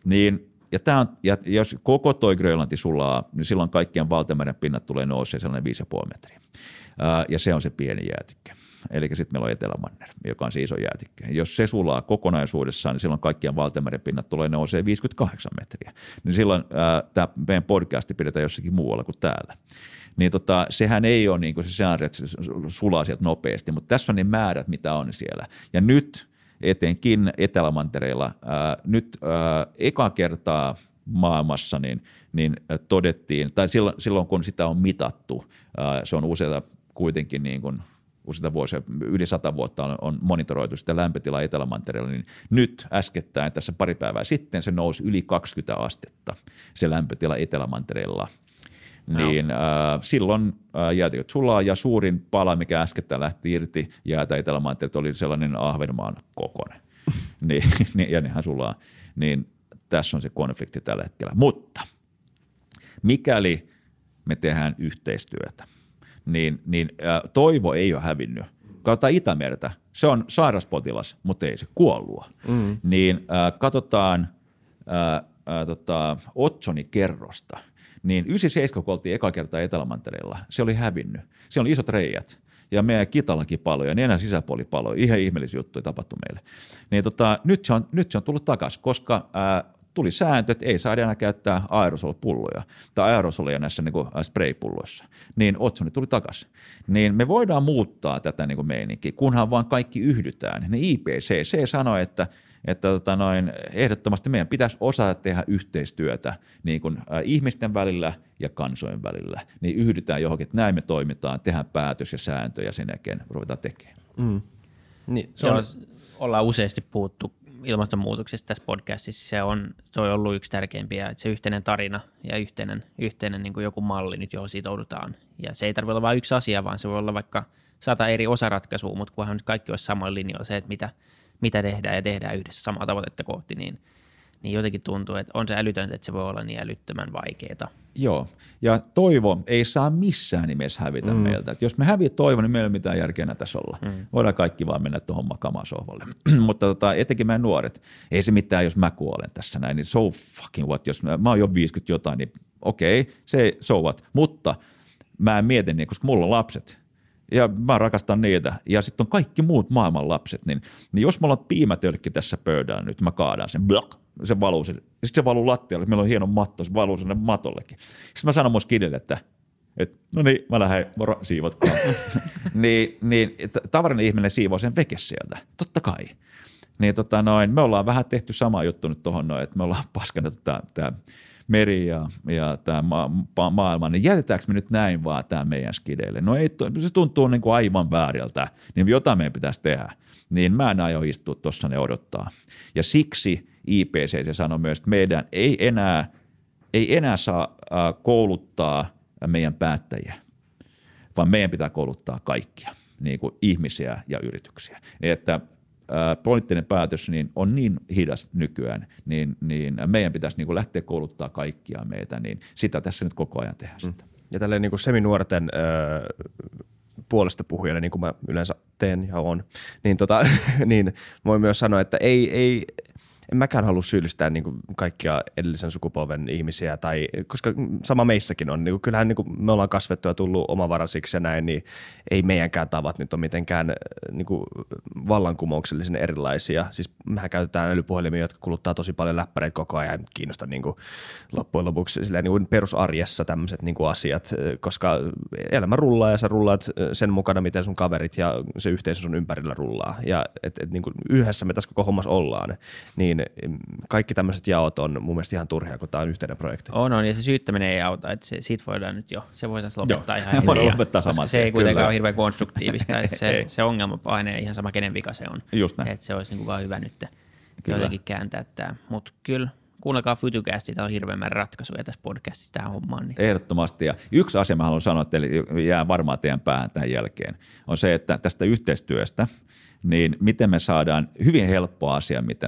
Ja jos koko toi Grönlanti sulaa, niin silloin kaikkien valtameren pinnat tulee nousee sellainen 5,5 metriä. Ja se on se pieni jäätikkö. Eli sitten meillä on Etelämanner, joka on se iso jäätikkö. Jos se sulaa kokonaisuudessaan, niin silloin kaikkien valtameren pinnat tulee nousee 58 metriä. Niin silloin tämä meidän podcasti pidetään jossakin muualla kuin täällä. Niin sehän ei ole niin kuin se skenaario, että se sulaa sieltä nopeasti, mutta tässä on ne määrät, mitä on siellä. Ja nyt etenkin Etelämantereilla, nyt eka kertaa maailmassa niin todettiin, tai silloin kun sitä on mitattu, se on useita kuitenkin niin kuin useita vuosia, yli 100 vuotta on monitoroitu sitä lämpötilaa Etelämantereella, niin nyt äskettäin tässä pari päivää sitten se nousi yli 20 astetta se lämpötila Etelämantereella. Niin silloin jäätiköt sulaa ja suurin pala, mikä äskettäin lähti irti jäätä Etelämantereelta, oli sellainen Ahvenmaan kokoinen. Ja nehän sulaa. Niin tässä on se konflikti tällä hetkellä. Mutta mikäli me tehdään yhteistyötä, niin toivo ei ole hävinnyt. Katsotaan Itämertä, se on sairaspotilas, mutta ei se kuollua. Niin katsotaan otsonikerrosta, niin 97, kun oltiin eka kertaa Etelämantereella, se oli hävinnyt. Se oli isot reijät ja meidän kitalakin paloja ja nenän sisäpuoli paloja. Ihan ihmeellisiä juttuja tapahtui meille. Niin nyt se on tullut takaisin, koska tuli sääntö, että ei saada enää käyttää aerosolpulloja tai aerosolia näissä niin kuin spraypulloissa. Niin otsoni tuli takaisin. Niin me voidaan muuttaa tätä niin kuin meininkiä, kunhan vaan kaikki yhdytään. Ne IPCC sanoi, että ehdottomasti meidän pitäisi osata tehdä yhteistyötä niin kuin ihmisten välillä ja kansojen välillä. Niin yhdytään johonkin, että näin me toimitaan, tehdään päätös ja sääntöjä sen jälkeen ruvetaan tekemään. Niin, ollaan useasti puhuttu ilmastonmuutoksesta tässä podcastissa. Se on ollut yksi tärkeimpiä, että se yhteinen tarina ja yhteinen niin kuin joku malli nyt, johon sitoudutaan. Ja se ei tarvitse olla vain yksi asia, vaan se voi olla vaikka 100 eri osaratkaisua, mutta kunhan nyt kaikki olisi samoin linjoilla se, että mitä tehdään ja tehdään yhdessä samaa tavoitetta kohti, niin jotenkin tuntuu, että on se älytöntä, että se voi olla niin älyttömän vaikeaa. Joo, ja toivo ei saa missään nimessä hävitä meiltä. Et jos me häviät toivo, niin meillä ei ole mitään järkeä tässä olla. Voidaan kaikki vaan mennä tuohon makaamaan sohvalle. Mutta etenkin meidän nuoret, ei se mitään, jos mä kuolen tässä näin, niin so fucking what, jos mä oon jo 50 jotain, niin okei, se so what. Mutta mä en mieti niin, koska mulla on lapset. Ja mä rakastan niitä. Ja sitten on kaikki muut maailman lapset. Niin jos mulla on piimätölkki tässä pöydällä nyt, mä kaadan sen, se valuu sen. Sitten se valuu lattialle, meillä on hieno matto, se valuu sinne matollekin. Sitten mä sanon mun skidelle, että no niin, mä lähden, moro, siivotkaan. niin tavallinen ihminen siivoo sen veke sieltä, totta kai. Niin me ollaan vähän tehty sama juttu nyt tuohon noin, että me ollaan paskannut tämä meri ja tämä maailma, niin jätetäänkö me nyt näin vaan tämä meidän skideille? No ei, se tuntuu niin kuin aivan vääriltä, niin jotain meidän pitäisi tehdä. Niin mä en aio istua tuossa ne odottaa. Ja siksi IPCC sanoi myös, että meidän ei enää ei enää saa kouluttaa meidän päättäjiä, vaan meidän pitää kouluttaa kaikkia, niin kuin ihmisiä ja yrityksiä. Että poliittinen päätös niin on niin hidas nykyään, niin meidän pitäisi niin kuin lähteä kouluttaa kaikkia meitä, niin sitä tässä nyt koko ajan tehdään sitä. Ja tälleen niin kuin seminuorten puolesta puhujana, niin kuin mä yleensä teen ja on, niin, niin voi myös sanoa, että en mäkään halua syyllistää niin kuin kaikkia edellisen sukupolven ihmisiä, koska sama meissäkin on. Niin kuin, kyllähän niin kuin me ollaan kasvettu ja tullut omavaraisiksi ja näin, niin ei meidänkään tavat nyt ole mitenkään niin kuin vallankumouksellisen erilaisia. Siis mehän käytetään älypuhelimia, jotka kuluttaa tosi paljon läppäreitä koko ajan, ei kiinnosta niin kuin loppujen lopuksi silleen, niin kuin perusarjessa tämmöiset niin kuin asiat, koska elämä rullaa ja sä rullaat sen mukana, miten sun kaverit ja se yhteisö sun ympärillä rullaa. Ja niin kuin yhdessä me tässä koko hommassa ollaan, niin kaikki tämmöiset jaot on mun mielestä ihan turhia, kun tämä on yhteinen projekti. On, ja se syyttäminen ei auta, että siitä voidaan nyt jo, se voitaisiin lopettaa ihan koska se ei kuitenkaan ole hirveän konstruktiivista, että se ongelma pahenee ihan sama, kenen vika se on. Just näin. Että se olisi niin vaan hyvä nyt jotenkin kääntää tämä. Mutta kyllä, kuunnelkaa Futucastia, täällä on hirveän määrä ratkaisuja tässä podcastissa tähän hommaan. Niin. Ehdottomasti. Ja yksi asia mä haluan sanoa, että jää varmaan teidän päähän tämän jälkeen, on se, että tästä yhteistyöstä, niin miten me saadaan hyvin helppo asia, miten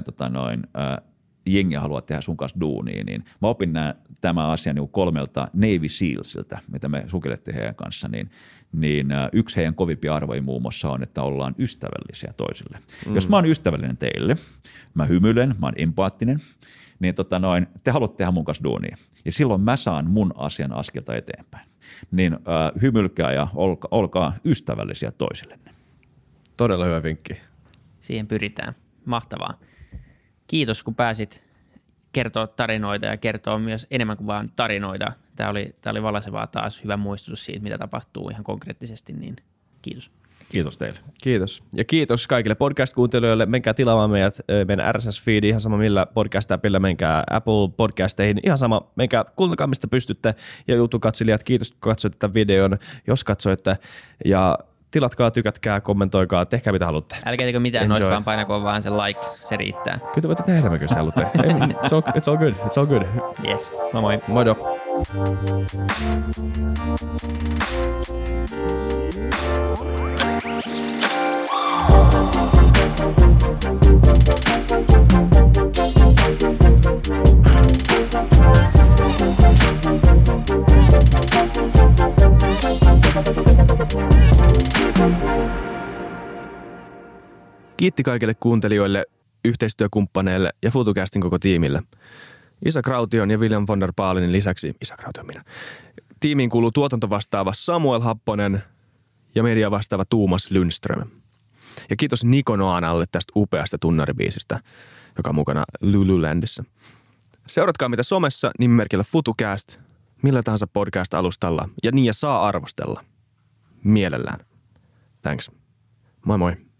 jengi haluaa tehdä sun kanssa duunia, niin mä opin tämä asia niin 3 Navy Sealsiltä, mitä me sukellettiin heidän kanssa, niin yksi heidän kovimpia arvoja muun muassa on, että ollaan ystävällisiä toisille. Jos mä oon ystävällinen teille, mä hymyilen, mä oon empaattinen, niin te haluatte tehdä mun kanssa duunia, ja silloin mä saan mun asian askelta eteenpäin. Niin hymyilkää ja olkaa ystävällisiä toisillenne. Todella hyvä vinkki. Siihen pyritään. Mahtavaa. Kiitos, kun pääsit kertoa tarinoita ja kertoa myös enemmän kuin vain tarinoita. Tämä oli valaisevaa taas, hyvä muistutus siitä, mitä tapahtuu ihan konkreettisesti, niin kiitos. Kiitos teille. Kiitos. Ja kiitos kaikille podcast-kuuntelijoille. Menkää tilaamaan meidän RSS-feed, ihan sama millä podcast-appilla, menkää Apple Podcasteihin, ihan sama, menkää kuunnelkaa mistä pystytte. Ja YouTube-katselijat, kiitos kun katsoitte tämän videon, jos katsoitte. Ja tilatkaa, tykätkää, kommentoikaa, tehkää mitä haluatte. Älkää tekö mitään noista, vaan painakoon vaan se like, se riittää. Kyllä te voitte tehdä enemmän, jos haluatte. It's all good, it's all good. Yes, moi. Moido. Kiitti kaikille kuuntelijoille, yhteistyökumppaneille ja Futucastin koko tiimille. Isa Kraution ja William von der Baalinin lisäksi, Isa Kraution minä, tiimiin kuuluu tuotantovastaava Samuel Happonen ja media vastaava Tuomas Lundström. Ja kiitos Niko Noanalle tästä upeasta tunnaribiisistä, joka on mukana Lululandissa. Seuratkaa mitä somessa nimimerkillä Futucast, millä tahansa podcast-alustalla ja saa arvostella. Mielellään. Thanks. Moi moi.